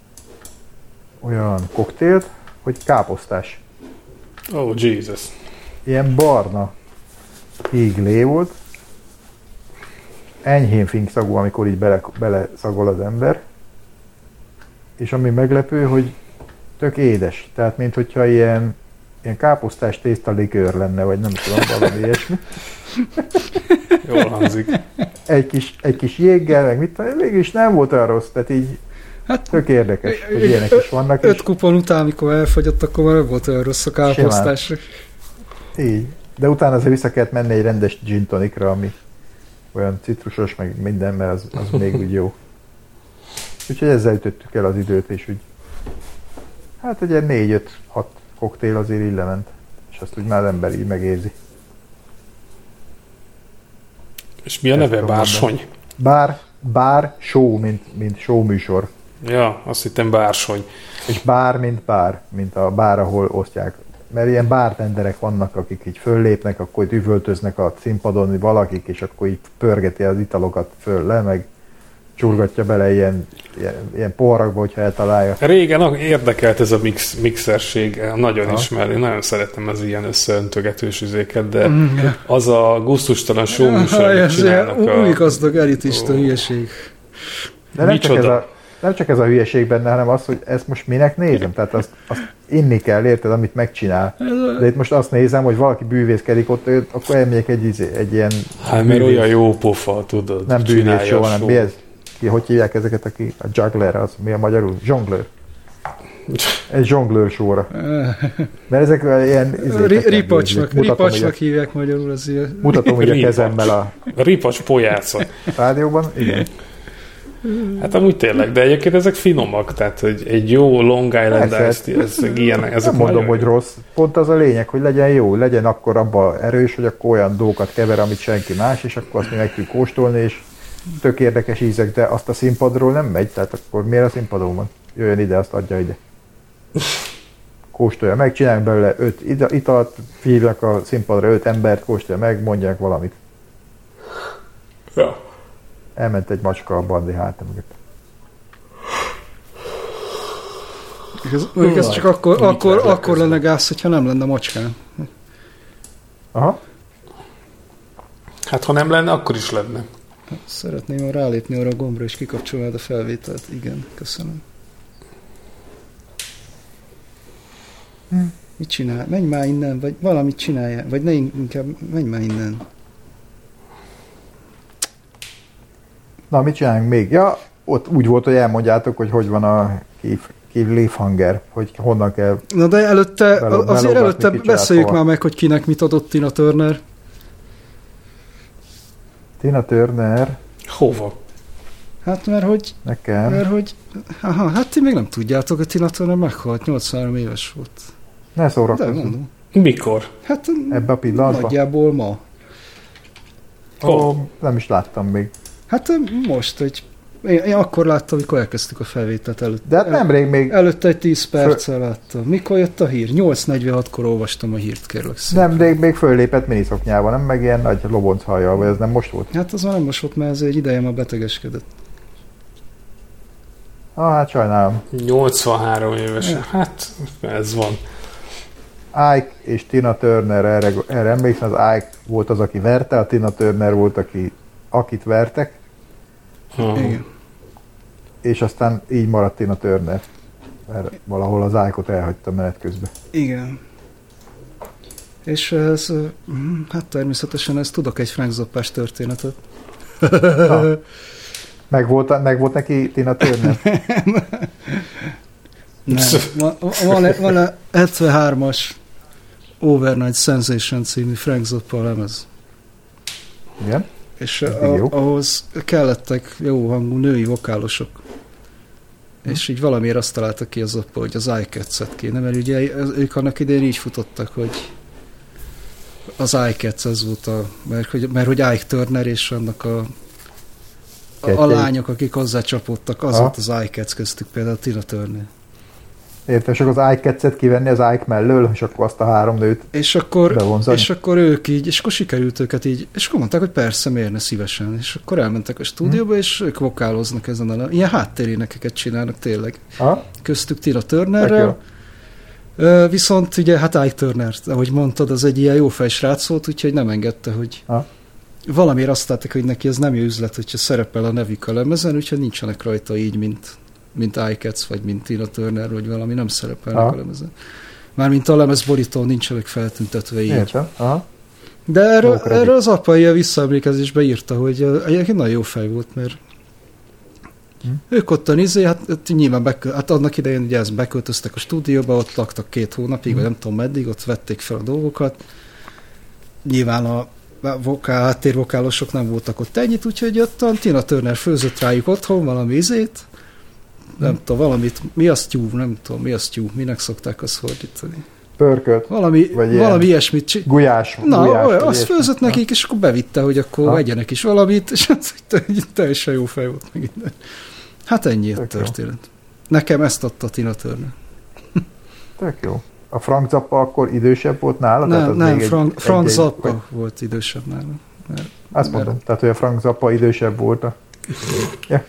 olyan koktélt, hogy káposztás. Oh, Jesus. Ilyen barna híglé volt, enyhén finkszagú, amikor így bele, bele szagol az ember, és ami meglepő, hogy tök édes, tehát mint hogyha ilyen, ilyen káposztás tészta likőr lenne, vagy nem tudom, valami ilyesmi. Jól hangzik. Egy kis, egy kis jéggel, meg mit tudom, mégis nem volt olyan rossz, tehát így hát, tök érdekes, hogy ilyenek is vannak. Öt kupon után, amikor elfogyott, akkor már nem volt olyan rossz a káposztás. Így. De utána azért vissza kellett menni egy rendes gin tonicra, ami olyan citrusos, meg minden, mert az, az még úgy jó. Úgyhogy ezzel ütöttük el az időt, és úgy hát egy ilyen négy-öt-hat koktél azért így lement, és azt úgy már az ember így megérzi. És mi a neve? Bársony? Bár, bár show, mint, mint show műsor. Ja, azt hittem bársony. És bár, mint bár, mint a bár, ahol osztják. Mert ilyen bártenderek vannak, akik így föllépnek, akkor itt üvöltöznek a színpadon valakik, és akkor így pörgeti az italokat föl le, meg csurgatja bele ilyen, ilyen, ilyen poharakba, hogyha eltalálja. Régen érdekelt ez a mix, mixerség, nagyon ha. ismerni, nagyon szeretem az ilyen összeöntögetős üzéket, de mm. az a gusztustalan showműsor, amit csinálnak a... Új gazdag elitista oh. hülyeség. De nem csak, ez a, nem csak ez a hülyeség benne, hanem az, hogy ezt most minek nézem, tehát azt, azt inni kell, érted, amit megcsinál. De itt most azt nézem, hogy valaki bűvészkedik ott, akkor elmegyek egy, egy ilyen... Hát mert olyan jó pofa, tudod. Nem bűvész show, hanem mi ez? Ki, hogy hívják ezeket, aki a juggler, az mi a magyarul? Zsonglőr. Egy zsonglőr sóra. Mert ezek ilyen... Ripacsnak, ripacsnak hívják magyarul az ilyen. Mutatom így a kezemmel a... Ripacs pojáca. Rádióban? Igen. Hát amúgy tényleg, de egyébként ezek finomak, tehát hogy egy jó Long Island Ice-t, ezek ilyenek. Ezek nem mondom, hogy rossz. Pont az a lényeg, hogy legyen jó, legyen akkor abban erős, hogy akkor olyan dolgokat kever, amit senki más, és akkor azt mi meg tudjuk kóstolni, és tök érdekes ízek, de azt a színpadról nem megy, tehát akkor miért a színpadon van? Jöjjön ide, azt adja ide. Kóstolja meg, csináljunk belőle öt italt, hívják a színpadra öt embert, kóstolja meg, mondják valamit. Ja. Elment egy macska a bandi hátam mögött. Ez, ez csak akkor, akkor, akkor lenne gáz, hogyha nem lenne macskán. Aha. Hát ha nem lenne, akkor is lenne. Szeretném rálépni arra a gombra, és kikapcsolnád a felvételt. Igen, köszönöm. Hm. Mit csinál? Menj már innen, vagy valamit csinálja. Vagy ne inkább, menj már innen. Na, mit csináljunk még? Ja, ott úgy volt, hogy elmondjátok, hogy hogy van a cliffhanger, hogy honnan kell... Na de előtte, belog, azért előtte beszéljük már meg, hogy kinek mit adott Tina Turner. Tina Turner... Hova? Hát mert hogy... Nekem... Mert hogy... Aha, hát ti még nem tudjátok, hogy Tina Turner meghalt, nyolcvanhárom éves volt. Ne szórakozzunk. Mikor? Hát ebbe a pillanatban? Nagyjából ma. Ó, oh, nem is láttam még. Hát most, hogy én, én akkor láttam, amikor elkezdtük a felvételt előtt. De hát nemrég még... Előtte egy tíz perccel láttam. Mikor jött a hír? nyolc negyvenhatkor olvastam a hírt, kérlek szépen. Nemrég még föllépett miniszoknyában, nem? Meg ilyen nagy lobonckhajjal, vagy ez nem most volt? Hát az már nem most volt, mert ez egy ideje már betegeskedett. Ah, hát sajnálom. nyolcvanhárom éves. Ja. Hát ez van. Ike és Tina Turner, erre, erre emlékszem, az Ike volt az, aki verte, a Tina Turner volt, aki, akit vertek. Uh-huh. Igen. És aztán így maradt Tina Turner. Mert valahol az Ike-ot elhagyta menet közben. Igen. És ez, hát természetesen ezt tudok egy Frank Zappás történetet. Na. Meg volt, meg volt neki Tina Turner? Nem. Van, van, van a hetvenhármas Overnight Sensation című Frank Zappa lemez. Igen. És a, ahhoz kellettek jó hangú női vokálosok. Hm. És így valamiért azt találtak ki az Zappa, hogy az iCats-et kéne, mert ugye ők annak idején így futottak, hogy az iCats ez volt a, mert hogy, mert hogy Ike Turner és annak a a, a lányok, akik hozzácsapódtak, az volt az iCats, köztük például Tina Turner. Értem, és akkor az iCats-et kivenni az Ike mellől, és akkor azt a három nőt és akkor, és akkor ők így, és akkor sikerült őket így, és akkor mondták, hogy persze, miért ne szívesen. És akkor elmentek a stúdióba, hmm. és ők vokáloznak ezen a... Ilyen háttérénekeket csinálnak tényleg. Ha? Köztük Tina Turnerrel. Viszont ugye, hát Ike Turner, ahogy mondtad, az egy ilyen jó fejsrác volt, úgyhogy nem engedte, hogy... Ha? Valamiért azt látták, hogy neki ez nem jó üzlet, hogyha szerepel a nevük a lemezen, úgyhogy nincsenek rajta így, mint, mint iCats, vagy mint Tina Turner, vagy valami, nem szerepelnek aha. a lemezen. Mármint a lemezborító nincsenek feltüntetve így. Értem. Aha. De erről, erről az apa ilyen visszaemlékezésbe írta, hogy egyébként nagyon jó fej volt, mert hm. ők ott a nizé, hát nyilván bekö, hát annak idején ugye ezt beköltöztek a stúdióba, ott laktak két hónapig, hm. vagy nem tudom meddig, ott vették fel a dolgokat. Nyilván a vokál, háttérvokálosok nem voltak ott ennyit, úgyhogy ott a Tina Turner főzött rájuk otthon valami ízét, nem hmm. tudom, valamit, mi az tyú, nem tudom, mi az tyú, minek szokták azt fordítani. Pörkölt. Valami, valami ilyesmit csinál. Gulyás. Na, gulyás, olyan, azt főzött nekik, és akkor bevitte, hogy akkor ha. vegyenek is valamit, és az, hogy teljesen jó fej volt meg innen. Hát ennyi a történet. Jó. Nekem ezt adta Tina Turner. Tök jó. A Frank Zappa akkor idősebb volt nála? Nem, tehát nem még Frank, egy, Frank egy, Zappa egy, volt idősebb nála. Mert, azt mondom, mert... tehát hogy a Frank Zappa idősebb volt. A... ja.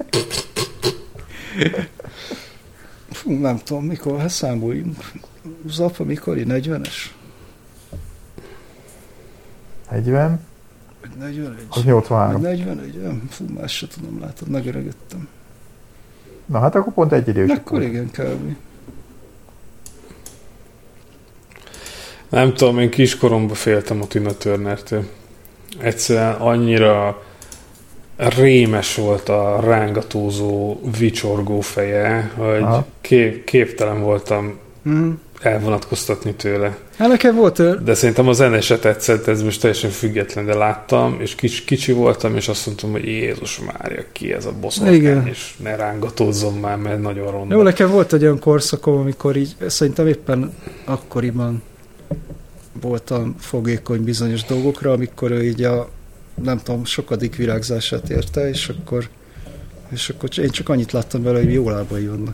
Fú, nem tudom, mikor, hát számoljunk. Zappa mikor? negyvenes? negyven? negyvenegy. Az nyolcvanhárom. negyvenegy, fú, más se tudom, látod, megöregedtem. Na hát akkor pont egy idősebb. Akkor igen, kb. Nem tudom, én kiskoromban féltem a Tina Turnertől. Egyszerűen annyira rémes volt a rángatózó, vicsorgó feje, hogy kép, képtelen voltam mm. elvonatkoztatni tőle. Hát nekem volt ő. De szerintem a zene se tetszett, ez most teljesen független, de láttam, és kicsi, kicsi voltam, és azt mondtam, hogy Jézus Mária, ki ez a boszorkány, és ne rángatózzon már, mert nagyon ronda. Jó, nekem volt egy olyan korszakom, amikor így, szerintem éppen akkoriban voltam fogékony bizonyos dolgokra, amikor ő így a, nem tudom, sokadik virágzását érte, és akkor, és akkor én csak annyit láttam vele, hogy jó lábai vannak.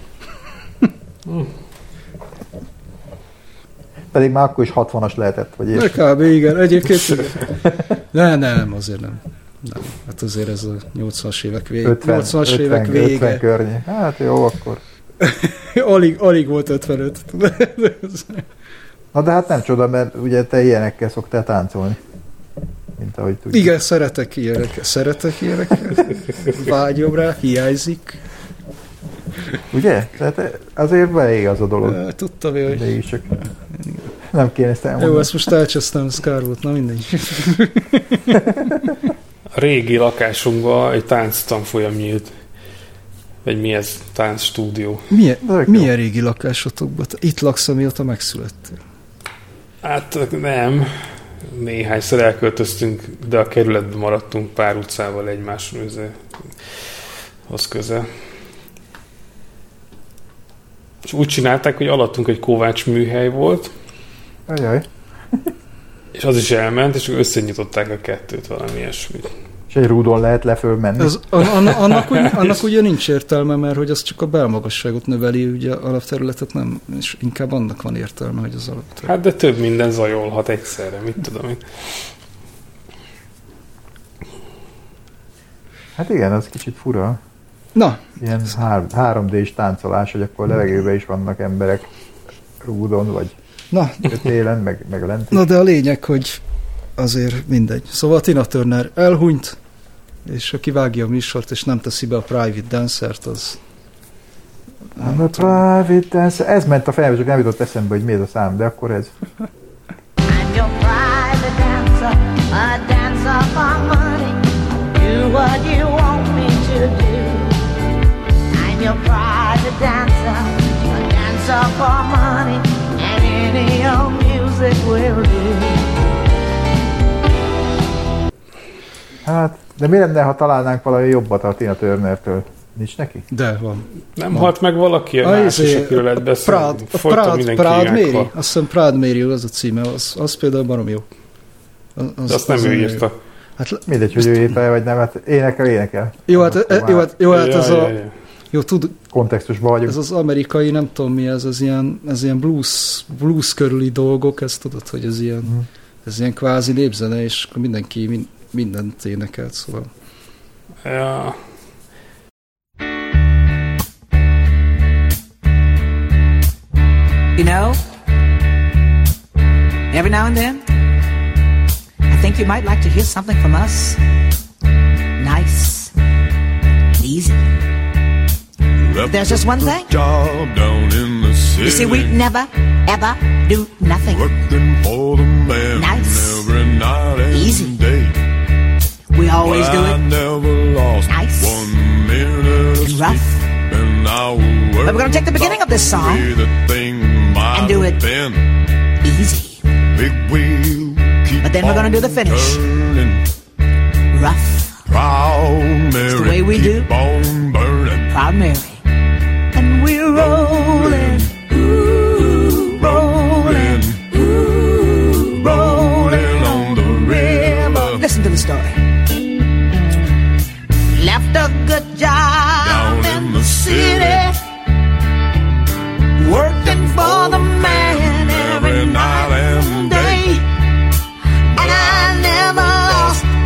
Pedig már akkor is hatvanas lehetett, vagy és... Kb. Igen, egyébként nem, nem, azért nem. nem. Hát azért ez a nyolcvanas évek vége. ötven, nyolcvanas ötven, évek vége. ötven környé. Hát jó, akkor. alig, alig volt ötvenöt. Na de hát nem csoda, mert ugye te ilyenekkel szoktál táncolni. Mint ahogy tudjuk. Igen, szeretek ilyenekkel. Szeretek ilyenekkel. Vágyom rá, hiányzik. Ugye? Tehát azért beég az a dolog. Ja, tudtam én, hogy... Mégis csak nem kéne ezt elmondani. Jó, ezt most elcsesztem, ez kár volt, na mindegy. A régi lakásunkban egy tánctanfolyam nyílt. Vagy mi ez? Táncstúdió. Milyen, milyen régi lakásotokban? Itt laksz, amióta megszülettél? Hát nem. Néhányszor elköltöztünk, de a kerületben maradtunk pár utcával egymáshoz közel. És úgy csinálták, hogy alattunk egy Kovács műhely volt. Ajaj. És az is elment, és összenyitották a kettőt, valami ilyesmit. És egy rúdon lehet leföl menni. Az, annak, annak, ugye, annak ugye nincs értelme, mert hogy az csak a belmagasságot növeli, ugye alapterületet nem, és inkább annak van értelme, hogy az alapterület. Hát de több minden zajolhat egyszerre, mit tudom én. Hát igen, az kicsit fura. Na. Ilyen három dés táncolás, hogy akkor a levegőben is vannak emberek rúdon, vagy Na. télen, meg, meg lent. Na de a lényeg, hogy azért mindegy. Szóval Tina Turner elhunyt, és aki vágja a műsort, és nem teszi be a Private Dancert, az... Nem a Private Dancer. Ez ment a fejembe, csak nem jutott eszembe, hogy mi ez a szám, de akkor ez. I'm your private dancer, a dancer for money. Do what you want me to do. I'm your private dancer, a dancer for money. And any old music will do. Hát, de mi lenne, ha találnánk valami jobbat a Tina Turnertől? Nincs neki? De van. Nem van. Halt meg valaki a más, és akiről lehet beszélni. A Proud, Proud Mary, azt hiszem Proud Mary az a címe, az, az például barom jó. Az, de azt az nem ő írta. Hát, mindegy, hogy ő írta, vagy nem, hát énekel, énekel. Jó, hát, e, jó, hát, jó, hát ja, ez ja, a... Ja, ja. Jó, tud, kontextusban vagyunk. Ez az amerikai, nem tudom mi ez, ez ilyen, ez ilyen blues, blues körüli dolgok, ezt tudod, hogy ez ilyen, hmm. ez ilyen kvázi népzene, és mindenki mind, mindent énekelt, szóval. Ja. You know, every now and then, I think you might like to hear something from us. Nice, easy. There's just one thing. Job down in the city. You see, we never, ever do nothing. Working for the man nice, every night and easy. Day. We always well, do it. I never lost nice, one minute of and rough. And I will but we're going to take the beginning of this song and do it been. easy. Big wheel, keep but then we're going to do the finish. Turning. Rough. Proud Mary, it's the way we keep do. On burning. Proud Mary. And we're rolling, ooh, rolling, ooh, rolling on the river. Listen to the story. Left a good job down in the city, working for the man every night and day. And I never lost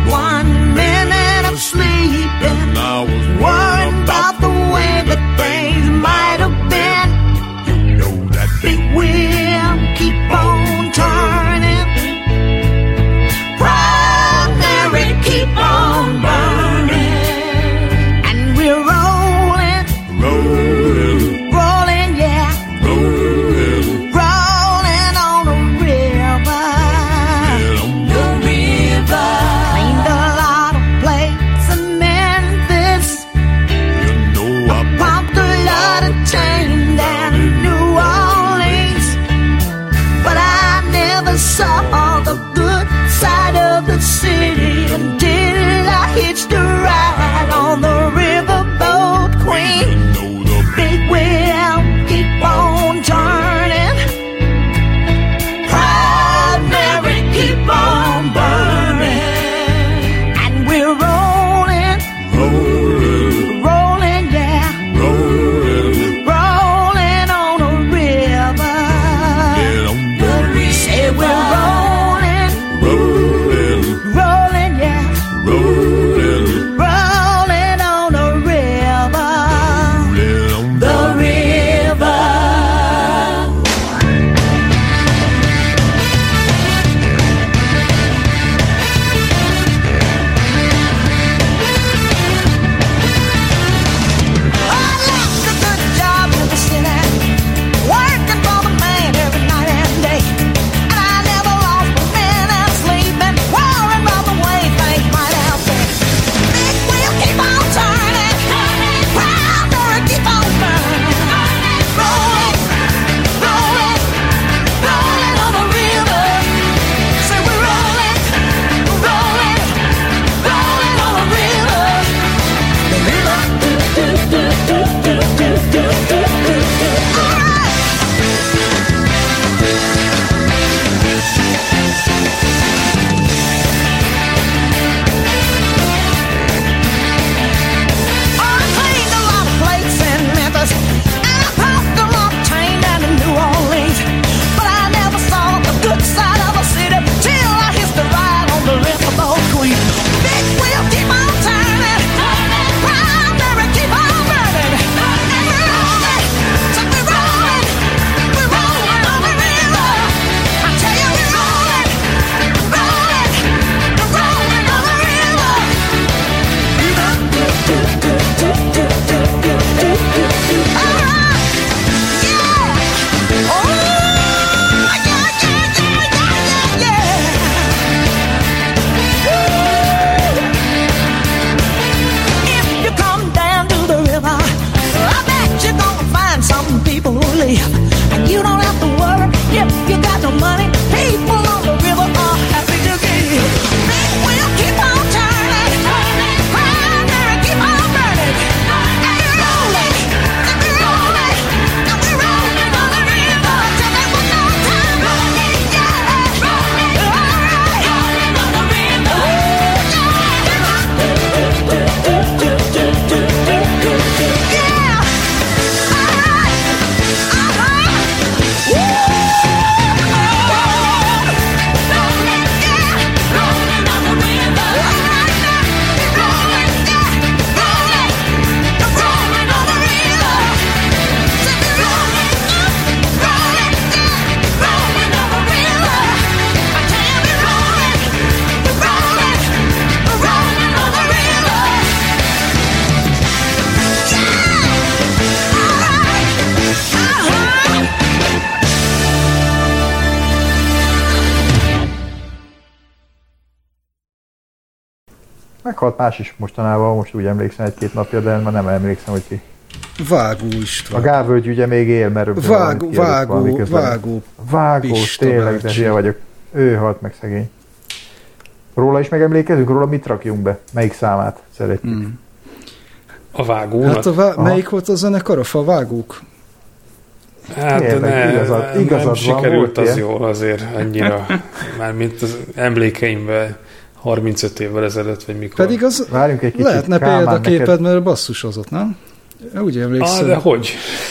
Meghalt más is mostanában, most úgy emlékszem egy-két napja, de már nem emlékszem, hogy ki. Vágó István. A Gávölgy ugye még él, mert... Vágó, vágó, vágó. Vágó, tényleg, de hülye vagyok. Ő halt meg szegény. Róla is megemlékezünk? Róla mit rakjunk be? Melyik számát szeretjük? Hmm. A Vágónak? Hát a vá- melyik volt a zenekar? A Vágók? Hát Tényleg, ne, igazad, igazad nem van, sikerült az ilyen? jól azért annyira. Mármint az emlékeimben harmincöt évvel ezelőtt, vagy mikor. Pedig az Várjunk egy kicsit, lehetne Kálmán, példaképed, neked... mert basszus az ott, nem? Úgy emlékszem. Ah, de hogy?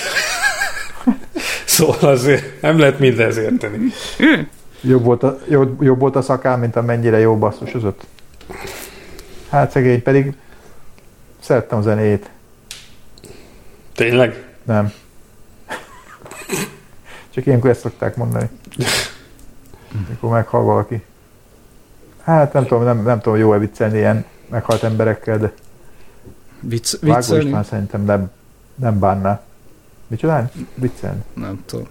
Szóval azért nem lehet mindenhez érteni. Jobb volt, a, jobb, jobb volt a szakám, mint amennyire jó basszusozott. Hát szegény, pedig szerettem a zenét. Tényleg? Nem. Csak ilyenkor ezt szokták mondani. Mikor meghal valaki. Hát nem tudom, nem, nem tudom, jó-e viccelni ilyen meghalt emberekkel, de Vicc, Vágó viccelni? István szerintem nem, nem bánná. Micsoda? Viccelni. Nem tudom.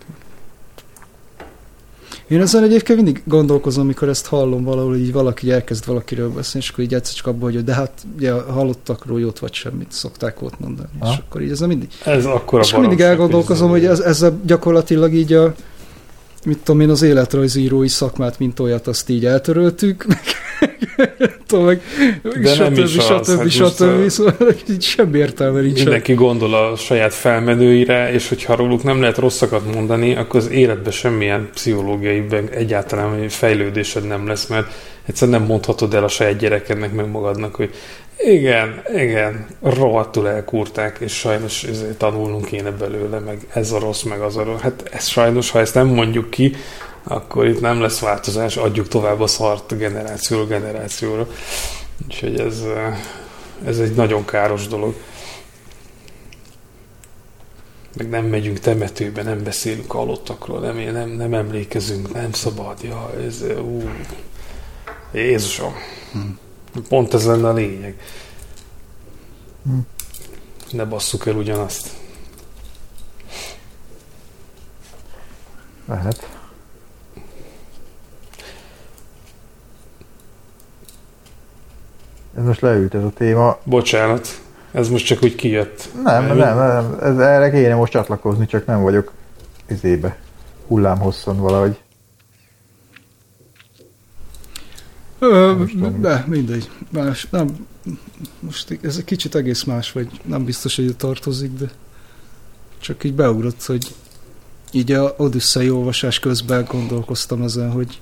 Én ezen egyébként mindig gondolkozom, amikor ezt hallom valahol, hogy így valaki elkezd valakiről beszélni, és akkor így egyszer csak abban, hogy de hát ugye hallottakról jót vagy semmit szokták ott mondani. Ha? És akkor így ezzel mindig... Ez akkora És mindig elgondolkozom, hogy ez, ezzel gyakorlatilag így a mit tudom én, az életrajzírói szakmát, mint olyat, azt így eltöröltük, tudom, meg stb. stb. stb. Szóval így semmi értelme nincs. Mindenki gondol a saját felmenőire, és hogyha róluk nem lehet rosszakat mondani, akkor az életben semmilyen pszichológiai egyáltalán fejlődésed nem lesz, mert egyszerűen nem mondhatod el a saját gyerekednek meg magadnak, hogy igen, igen, rohadtul elkúrták, és sajnos tanulnunk kéne belőle, meg ez a rossz, meg az a rossz. Hát ez sajnos, ha ezt nem mondjuk ki, akkor itt nem lesz változás, adjuk tovább a szart generációról generációra. Úgyhogy ez, ez egy nagyon káros dolog. Meg nem megyünk temetőbe, nem beszélünk halottakról, nem, nem, nem emlékezünk, nem szabad. Ja, ez, ú, Jézusom. Hmm. Pont ez lenne a lényeg. Hmm. Ne basszuk el ugyanazt. Lehet. Ez most leült ez a téma. Bocsánat, ez most csak úgy kijött. Nem, nem, nem, nem. Ez, erre kéne most csatlakozni, csak nem vagyok izébe, hullámhosszon valahogy. Ö, de mindegy. Más, nem, most ez egy kicsit egész más, vagy nem biztos, hogy tartozik, de csak így beugrott, hogy így a Odüsszei olvasás közben gondolkoztam ezen, hogy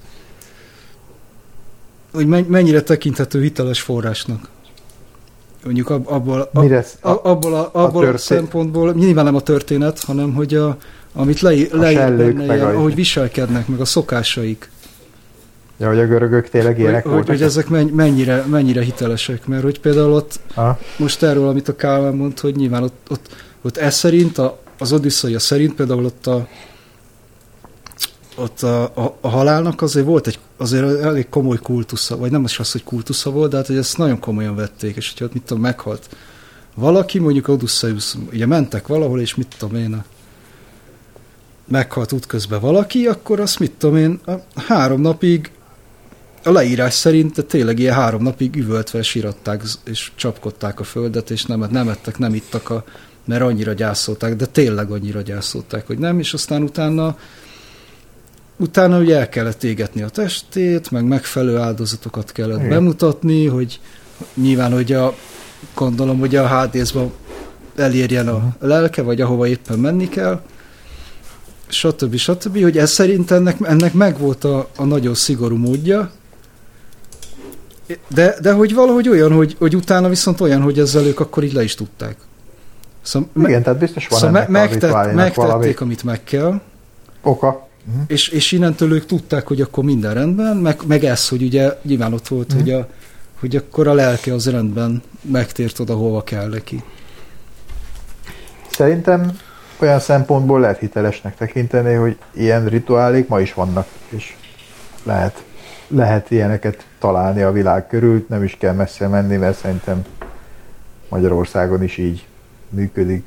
hogy mennyire tekinthető hiteles forrásnak. Mondjuk ab, abból, a, a, abból, a, abból a, a szempontból, nyilván nem a történet, hanem hogy a, amit le, leír benne, ahogy viselkednek, meg a szokásaik. Ja, hogy a görögök tényleg ilyenek voltak. Hogy, hogy ezek mennyire, mennyire hitelesek, mert hogy például ott ha? Most erről, amit a Kálmán mond, hogy nyilván ott, ott, ott ez szerint, a, az Odüsszeia szerint például ott a ott a, a, a halálnak azért volt egy azért elég komoly kultusza, vagy nem az az, hogy kultusza volt, de hát hogy ezt nagyon komolyan vették, és hogyha ott mit tudom, meghalt valaki, mondjuk Odüsszeusz, ugye mentek valahol, és mit tudom én, meghalt útközben valaki, akkor azt mit tudom én, a három napig a leírás szerint, de tényleg ilyen három napig üvöltve síratták, és csapkodták a földet, és nem, nem ettek, nem ittak, a, mert annyira gyászolták, de tényleg annyira gyászolták, hogy nem, és aztán utána utána ugye el kellett égetni a testét, meg megfelelő áldozatokat kellett igen. bemutatni, hogy nyilván, hogy a gondolom, hogy a Hádészban elérjen a lelke, vagy ahova éppen menni kell, stb. stb. Hogy ez szerint ennek, ennek megvolt a, a nagyon szigorú módja, de, de hogy valahogy olyan, hogy, hogy utána viszont olyan, hogy ezzel ők akkor így le is tudták. Szóval igen, me- tehát biztos van szóval ennek me- megtett, megtették, valami amit meg kell. Oka. Uh-huh. És, és innentől ők tudták, hogy akkor minden rendben, meg, meg ez, hogy ugye nyilván ott volt, uh-huh. hogy, a, hogy akkor a lelke az rendben megtért oda, hova kell neki. Szerintem olyan szempontból lehet hitelesnek tekinteni, hogy ilyen rituálék ma is vannak, és lehet, lehet ilyeneket találni a világ körül, nem is kell messze menni, mert szerintem Magyarországon is így működik.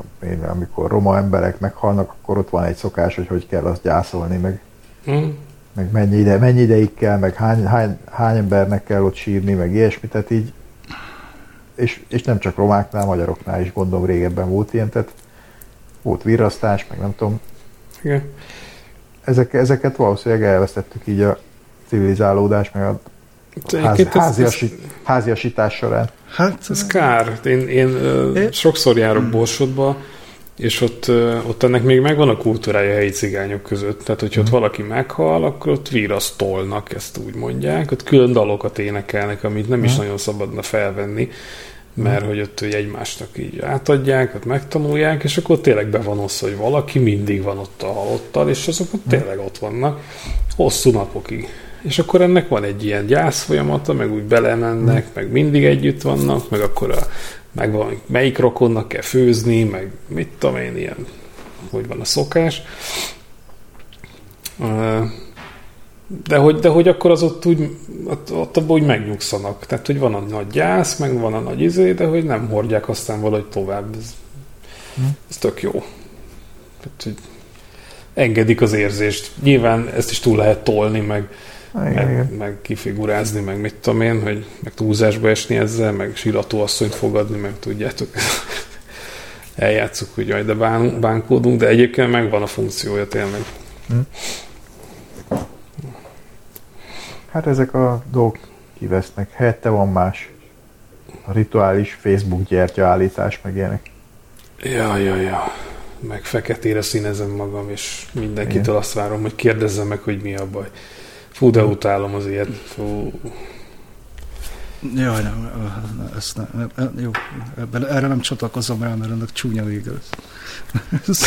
Amikor roma emberek meghalnak, akkor ott van egy szokás, hogy hogy kell azt gyászolni meg. Hmm. meg mennyi, ide, mennyi ideig kell, meg hány, hány, hány embernek kell ott sírni, meg ilyesmit, tehát így, és, és nem csak romáknál, magyaroknál is gondolom régebben volt ilyen, tehát volt virrasztás, meg nem tudom. Igen. Ezek, ezeket valószínűleg elvesztettük így a civilizálódás, meg a házi, háziasi, háziasítás során. Hát ez kár. Én, én é? sokszor járok Borsodba, és ott, ott ennek még megvan a kultúrája a helyi cigányok között. Tehát, hogyha mm. ott valaki meghal, akkor ott virasztolnak, ezt úgy mondják. Ott külön dalokat énekelnek, amit nem mm. is nagyon szabadna felvenni, mert mm. hogy ott hogy egymásnak így átadják, ott megtanulják, és akkor tényleg be van osztva, hogy valaki mindig van ott a halottal, és azok ott tényleg ott vannak hosszú napokig. És akkor ennek van egy ilyen gyász folyamata, meg úgy belemennek, meg mindig együtt vannak, meg akkor a, meg van, melyik rokonnak kell főzni, meg mit tudom én, ilyen, hogy van a szokás. De hogy, de hogy akkor az ott úgy, ott, ott abban úgy megnyugszanak. Tehát, hogy van a nagy gyász, meg van a nagy izé, de hogy nem hordják aztán valahogy tovább. Ez, ez tök jó. Tehát, hogy engedik az érzést. Nyilván ezt is túl lehet tolni, meg Meg, meg kifigurázni, meg mit tudom én, hogy meg túlzásba esni ezzel, meg síratóasszonyt fogadni, meg tudjátok, eljátszuk, hogy jaj, de bán, bánkódunk, de egyébként megvan a funkciója tényleg. Hm. Hát ezek a dolgok kivesznek. Helyette van más. A rituális Facebook gyertyaállítás, meg ilyenek. Ja, ja, ja. Meg feketére színezem magam, és mindenkitől igen. Azt várom, hogy kérdezzem meg, hogy mi a baj. Fú, de utálom az ilyet. Fú. Jaj, nem, ezt nem, jó, ebben, erre nem csatlakozom rá, mert ennek csúnya vége lesz.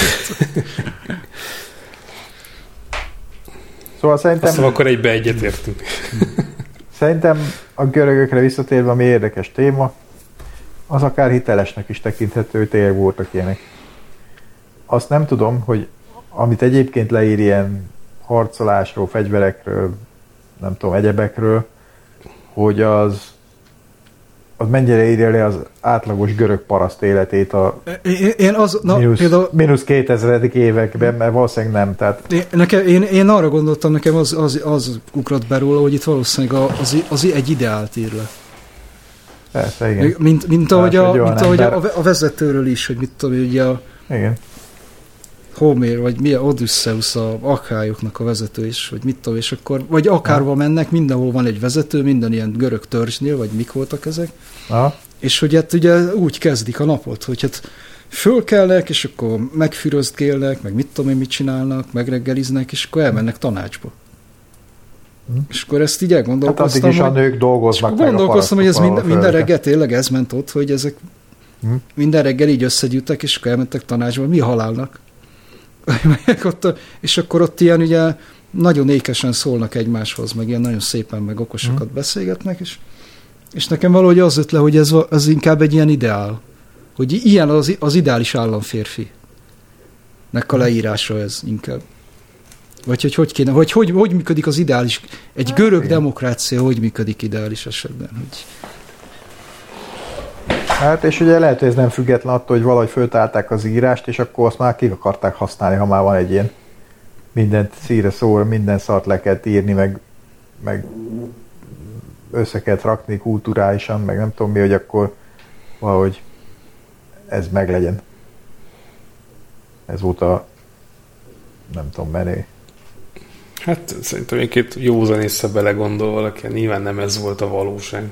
Szóval szerintem... Aztán akkor egybe egyetértünk. Szerintem a görögökre visszatérve, ami érdekes téma, az akár hitelesnek is tekinthető, hogy tényleg voltak ilyenek. Azt nem tudom, hogy amit egyébként leír ilyen harcolásról, fegyverekről, nem tudom, egyebekről, hogy az, az mennyire írja le az átlagos görög paraszt életét a én az, na, mínusz, például, mínusz kétezredik években, mert valószínűleg nem. Tehát... Én, nekem, én, én arra gondoltam, nekem az, az, az ugrott be róla, hogy itt valószínűleg az, az egy ideált ír le. Persze, igen. Mint, mint ahogy, a, mint ahogy a, a vezetőről is, hogy mit tudom, ugye a igen. Homér, vagy mi a Odysseus, a akkályoknak a vezető is, vagy mit tudom, és akkor, vagy akárva ha. mennek, mindenhol van egy vezető, minden ilyen görög törzsnél, vagy mik voltak ezek, ha. és hogy hát ugye úgy kezdik a napot, hogy hát fölkelnek, és akkor megfüröztgélnek, meg mit tudom én, mit csinálnak, megreggeliznek, és akkor elmennek tanácsba. Hm. És akkor ezt így elgondolkoztam, hát addig is a nők dolgoznak meg gondolkoztam, hogy ez minden, minden reggel tényleg ez ment ott, hogy ezek hm. minden reggel így összegyűjtek, és akkor elmentek tanácsba, mi a halálnak? ott, és akkor ott ilyen ugye nagyon ékesen szólnak egymáshoz, meg ilyen nagyon szépen, meg okosakat mm. beszélgetnek, és, és nekem valahogy az jött le, hogy ez az inkább egy ilyen ideál, hogy ilyen az, az ideális államférfi nek a leírása ez inkább. Vagy hogy hogy kéne, vagy hogy, hogy működik az ideális, egy hát, görög igen. demokrácia, hogy működik ideális esetben, hogy... Hát és ugye lehet, hogy ez nem független attól, hogy valahogy föltálták az írást, és akkor azt már ki akarták használni, ha már van egy ilyen mindent szíre szóra, minden szart le kell írni, meg, meg össze kell rakni kulturálisan, meg nem tudom mi, hogy akkor valahogy ez meglegyen. Ez volt a nem tudom, menő. Hát szerintem egy két józanészre belegondol valaki, nyilván nem ez volt a valóság.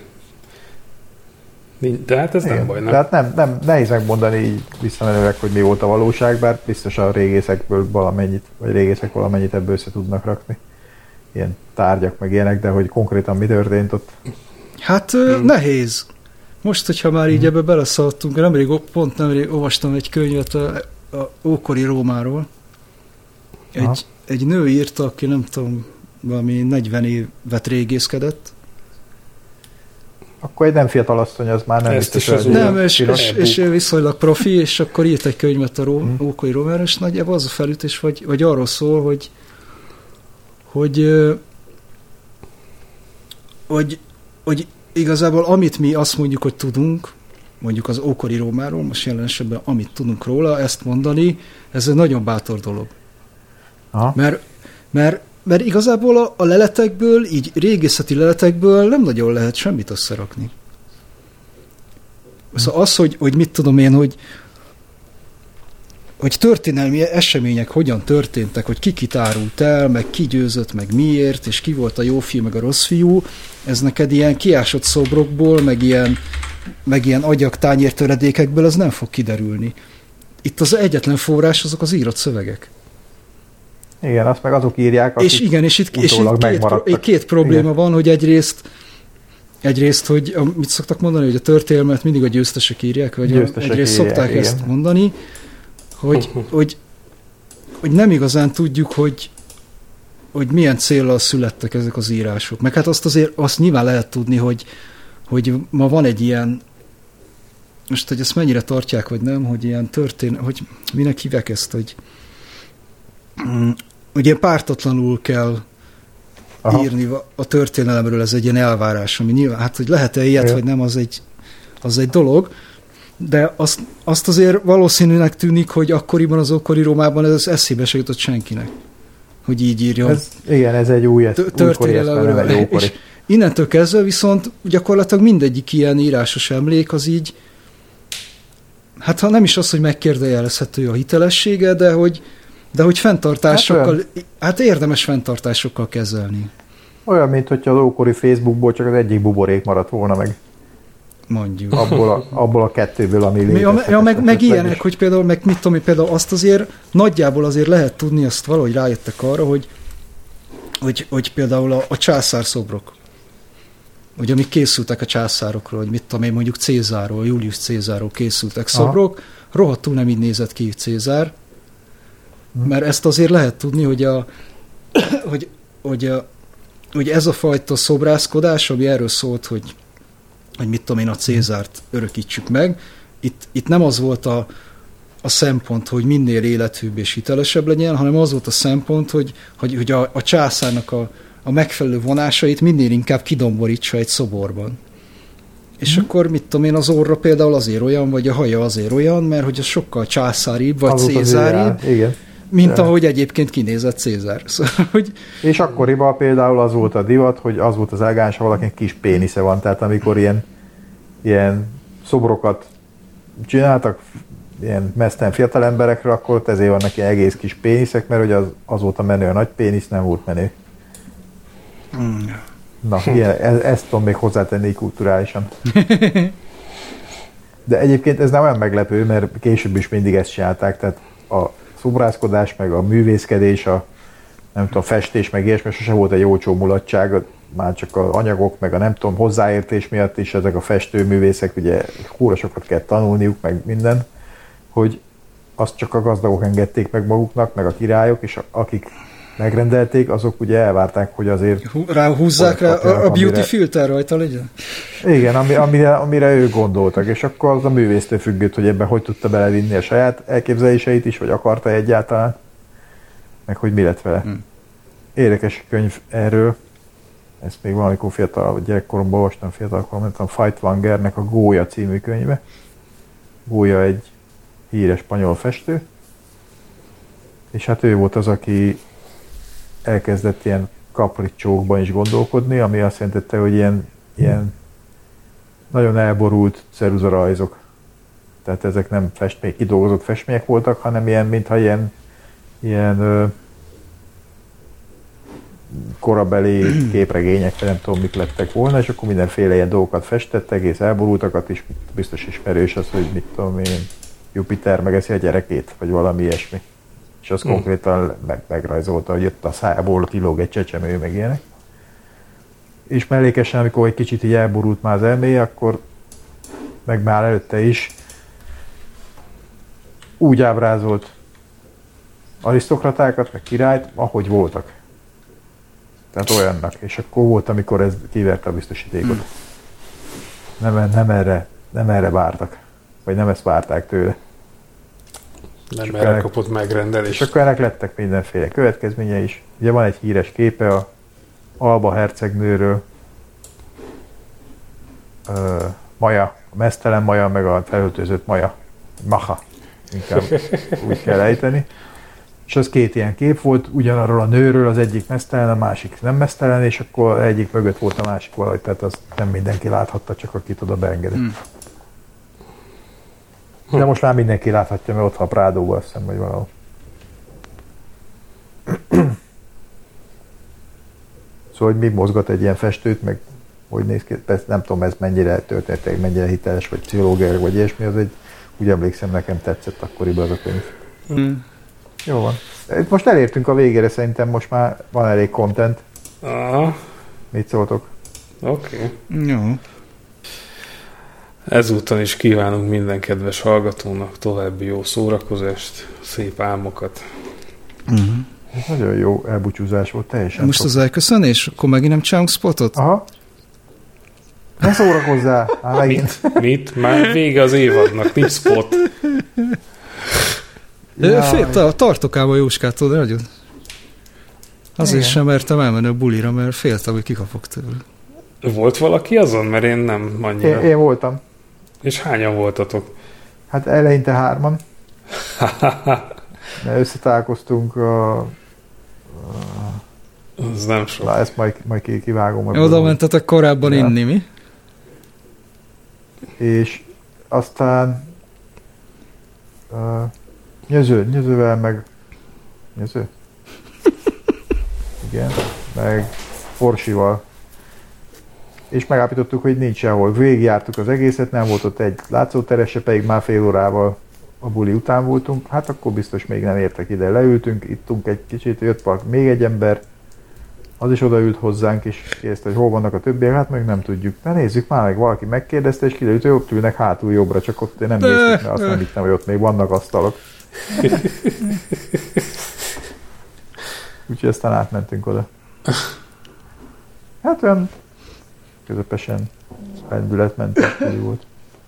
De hát ez igen, nem baj, nem? Tehát nem, nem, nehéz megmondani így visszamenőleg, hogy mi volt a valóság, bár biztos a régészekből valamennyit, vagy régészek valamennyit ebből össze tudnak rakni. Ilyen tárgyak, meg ilyenek, de hogy konkrétan mi történt ott? Hát hmm. nehéz. Most, hogyha már így hmm. ebbe beleszaladtunk, nemrég, pont nemrég olvastam egy könyvet a, a ókori Rómáról. Egy, egy nő írta, aki nem tudom, valami negyven évet régészkedett. Akkor egy nem fiatal asszony, az már nem biztos, hogy... Nem, és, és, és viszonylag profi, és akkor írt egy könyvet a Ró, hmm. ókori Rómáról, és nagyjából az a felütés, vagy, vagy arról szól, hogy hogy, hogy hogy igazából amit mi azt mondjuk, hogy tudunk, mondjuk az ókori Rómáról, most jelen esetben amit tudunk róla, ezt mondani, ez egy nagyon bátor dolog. Mert, mert mert igazából a, a leletekből, így régészeti leletekből nem nagyon lehet semmit összerakni. Szóval az, hogy, hogy mit tudom én, hogy hogy történelmi események hogyan történtek, hogy ki kit árult el, meg ki győzött, meg miért, és ki volt a jó fiú, meg a rossz fiú, ez neked ilyen kiásott szobrokból, meg ilyen, meg ilyen agyak tányértöredékekből ez nem fog kiderülni. Itt az egyetlen forrás azok az írott szövegek. Igen, azt meg azok írják, akik és igen, és itt, és itt két, pro, két probléma igen. van, hogy egyrészt egyrészt, hogy mit szoktak mondani, hogy a történelmet mindig a győztesek írják, vagy győztesek egyrészt írják, szokták igen. ezt mondani, hogy, hogy, hogy nem igazán tudjuk, hogy, hogy milyen céllal születtek ezek az írások. Meg hát azt azért azt nyilván lehet tudni, hogy, hogy ma van egy ilyen, most hogy ezt mennyire tartják, vagy nem, hogy ilyen történ, hogy minek hívják ezt, hogy hogy ilyen pártatlanul kell aha. írni a történelemről, ez egy ilyen elvárás, ami nyilván, hát hogy lehet-e ilyet, igen. vagy nem, az egy, az egy dolog, de azt, azt azért valószínűnek tűnik, hogy akkoriban az ókori Rómában ez eszébe se jutott senkinek, hogy így írjon. Ez, igen, ez egy új történelemről. És innentől kezdve viszont gyakorlatilag mindegyik ilyen írásos emlék az így, hát ha nem is az, hogy megkérdőjelezhető a hitelessége, de hogy De hogy fenntartásokkal, hát, hát érdemes fenntartásokkal kezelni. Olyan, mint hogyha az ókori Facebookból csak az egyik buborék maradt volna meg. Mondjuk. Abból a, abból a kettőből, ami léteztek. Ja, meg, meg ilyenek, hogy például, meg mit tudom, például azt azért nagyjából azért lehet tudni, azt valahogy rájöttek arra, hogy, hogy, hogy például a, a császár szobrok, hogy amik készültek a császárokról, hogy mit tudom én, mondjuk Cézárról, Julius Cézárról készültek szobrok, aha. rohadtul nem így nézett ki Cézár, mert ezt azért lehet tudni, hogy, a, hogy, hogy, a, hogy ez a fajta szobrászkodás, ami erről szólt, hogy, hogy mit tudom én, a Cézárt örökítsük meg, itt, itt nem az volt a, a szempont, hogy minél élethűbb és hitelesebb legyen, hanem az volt a szempont, hogy, hogy, hogy a, a császárnak a, a megfelelő vonásait minél inkább kidomborítsa egy szoborban. És hmm. akkor mit tudom én, az orra például azért olyan, vagy a haja azért olyan, mert hogy az sokkal császáribb, vagy azok cézáribb, igen. mint de. ahogy egyébként kinézett Cézár. Szóval, hogy... És akkoriban például az volt a divat, hogy az volt az elegáns, ha valakinek kis pénisze van, tehát amikor ilyen, ilyen szobrokat csináltak, ilyen mesztelen fiatal emberekre, akkor ott ezért vannak ilyen egész kis péniszek, mert hogy az, az volt a menő, a nagy pénisz nem volt menő. Hmm. Na, ilyen, ez, ezt tudom még hozzátenni kulturálisan. De egyébként ez nem olyan meglepő, mert később is mindig ezt csinálták, tehát a szobrászkodás, meg a művészkedés, a nem tudom, festés, meg ilyesmi, sose volt egy olcsó mulatság, már csak az anyagok, meg a nem tudom, hozzáértés miatt is ezek a festőművészek, ugye húra sokat kell tanulniuk, meg minden, hogy azt csak a gazdagok engedték meg maguknak, meg a királyok, és akik megrendelték, azok ugye elvárták, hogy azért... Ráhúzzák rá a, a beauty amire, filter rajta legyen? Igen, ami, amire, amire ők gondoltak, és akkor az a művésztől függött, hogy ebben hogy tudta belevinni a saját elképzeléseit is, vagy akarta egyáltalán, meg hogy mi lett vele. Hmm. Érdekes könyv erről, ezt még valamikor fiatal, gyerekkoromban olvastam, fiatalkoromban, nem tudom, Fightwangernek a Gólya című könyve. Gólya egy híres spanyol festő, és hát ő volt az, aki elkezdett ilyen kapricsókban is gondolkodni, ami azt jelentette, hogy ilyen, ilyen nagyon elborult ceruzarajzok. Tehát ezek nem festmény, kidolgozott festmények voltak, hanem ilyen, mintha ilyen, ilyen ö, korabeli képregények, nem tudom, mik lettek volna, és akkor mindenféle ilyen dolgokat festett, egész elborultakat is, biztos ismerős az, hogy mit tudom én, Jupiter megeszi a gyerekét, vagy valami ilyesmi. És az mm. konkrétan meg, megrajzolta, hogy jött a szájából, kilóg egy csecsemő, meg ilyenek. És mellékesen, amikor egy kicsit így elborult már az elméje, akkor meg már előtte is úgy ábrázolt arisztokratákat, meg királyt, ahogy voltak. Tehát olyannak. És akkor volt, amikor ez kiverte a biztosítékot. Mm. Nem, nem, erre, nem erre vártak. Vagy nem ezt várták tőle. Nem erre kapott megrendelést. És akkor ennek lettek mindenféle következménye is. Ugye van egy híres képe a Alba hercegnőről, uh, Maja, a meztelen Maja, meg a felöltözött Maja. Maha. Inkább úgy kell ejteni. és az két ilyen kép volt, ugyanarról a nőről, az egyik meztelen, a másik nem meztelen, és akkor egyik mögött volt a másik valahogy, tehát azt nem mindenki láthatta, csak akit oda beengedett. Hmm. De most már mindenki láthatja, mert ott van a Prádóban, azt hiszem, vagy valahol. Szóval, hogy mi mozgat egy ilyen festőt, meg hogy néz ki, persze nem tudom, ez mennyire történetileg, mennyire hiteles, vagy pszichológiai, vagy ilyesmi, az egy, úgy emlékszem, nekem tetszett akkoriban az a könyv. Mm. Jó van. Most elértünk a végére, szerintem most már van elég content. Aha. Mit szóltok? Oké. Okay. Jó. Ezúttal is kívánunk minden kedves hallgatónak további jó szórakozást, szép álmokat. Uh-huh. Ez nagyon jó elbúcsúzás volt, teljesen. Most az elköszönés? Akkor megint nem csinálunk spotot? Aha. Ne szórakozzál! Már megint. Mit? Mit? Már vége az évadnak, nincs spot. Fél, tartokában Jóskától, de nagyon. Azért igen. Sem mertem elmenni a bulira, mert féltem, hogy kikapok tőle. Volt valaki azon? Mert én nem annyira. Én, én voltam. És hányan voltatok? Hát eleinte hárman. Mert összetálkoztunk a... a... Az nem sok. Na, ezt majd, majd kivágom. Oda mentetek korábban ja. inni, mi? És aztán uh, nyöző, nyözővel meg nyöző? Igen, meg Forsival. És megállapítottuk, hogy nincs sehol. Végigjártuk az egészet, nem volt ott egy látszóterese, pedig már fél órával a buli után voltunk. Hát akkor biztos még nem értek ide. Leültünk, ittunk egy kicsit, jött valaki, még egy ember, az is odaült hozzánk, és kérdezte, hogy hol vannak a többiek, hát még nem tudjuk. De nézzük már meg, valaki megkérdezte, és kiderült, hogy ott ülnek hátul jobbra, csak ott nem néztük, mert azt nem hittem, hogy ott még vannak asztalok. Úgyhogy aztán átmentünk oda. Hát olyan közepesen lendületmentes volt.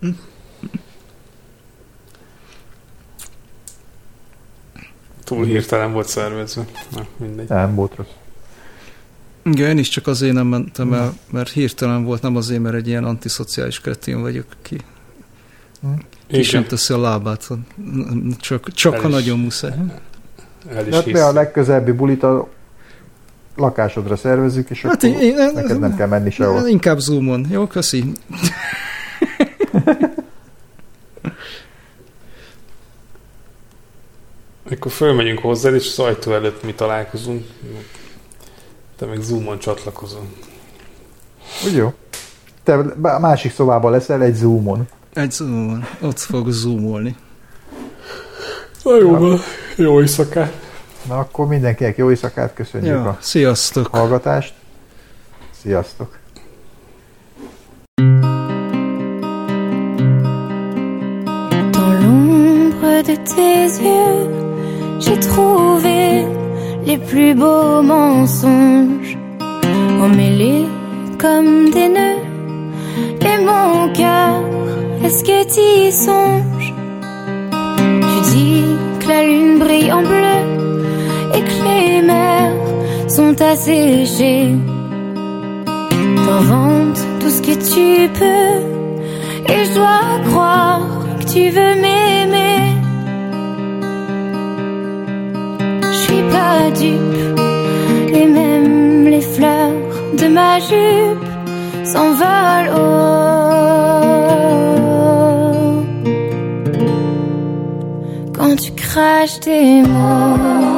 Túl hirtelen volt szervezve. Na, mindegy. Nem volt rossz. Igen, én is csak azért nem mentem el, mert hirtelen volt, nem azért, mert egy ilyen antiszociális kretén vagyok, ki, ki sem teszi a lábát, csak, csak ha nagyon muszáj. Hát mi a legközelebbi bulit a lakásodra szervezzük, és hát akkor én, neked nem kell menni sehol. Inkább Zoomon. Jó, köszi. Akkor fölmegyünk hozzá, és az ajtó előtt mi találkozunk. Te meg Zoomon csatlakozom. Úgy jó. Te a másik szobában leszel egy Zoomon. Egy Zoomon. Ott fog zoomolni. Na jó van. Jó éjszakát. Na akkor mindenkinek jó éjszakát, köszönjük ja, a sziasztok. hallgatást. Sziasztok. Dans l'ombre de tes yeux, j'ai trouvé les plus beaux mensonges, emmêlés comme des nœuds, et mon cœur, est-ce que t'y songes? Tu dis que la lune brille en bleu et que les mers sont asséchées. T'inventes tout ce que tu peux et je dois croire que tu veux m'aimer. Je suis pas dupe et même les fleurs de ma jupe s'envolent haut quand tu craches tes mots.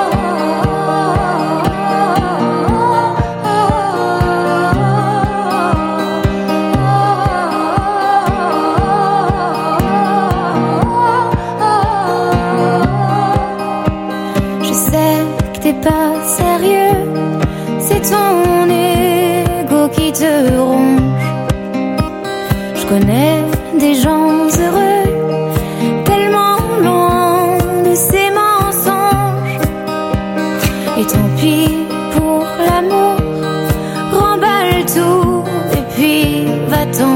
Pas sérieux, c'est ton ego qui te ronge. Je connais des gens heureux, tellement loin de ces mensonges. Et tant pis pour l'amour, remballe tout et puis va-t'en.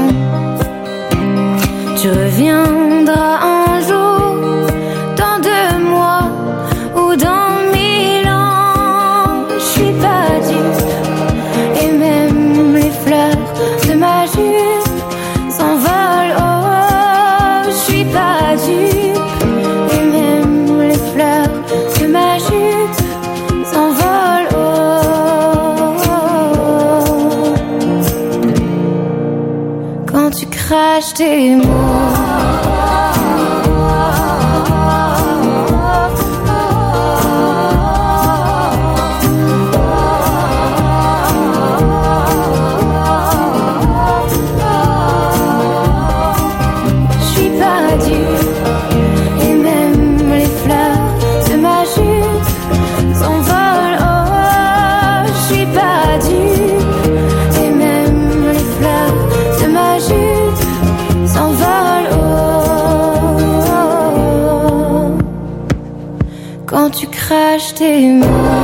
Tu reviendras un jour, dans deux mois ou dans de ma jupe s'envole, oh, je suis pas dupe, et même les fleurs de ma quand tu craches tes mots. Quand tu craches tes mots.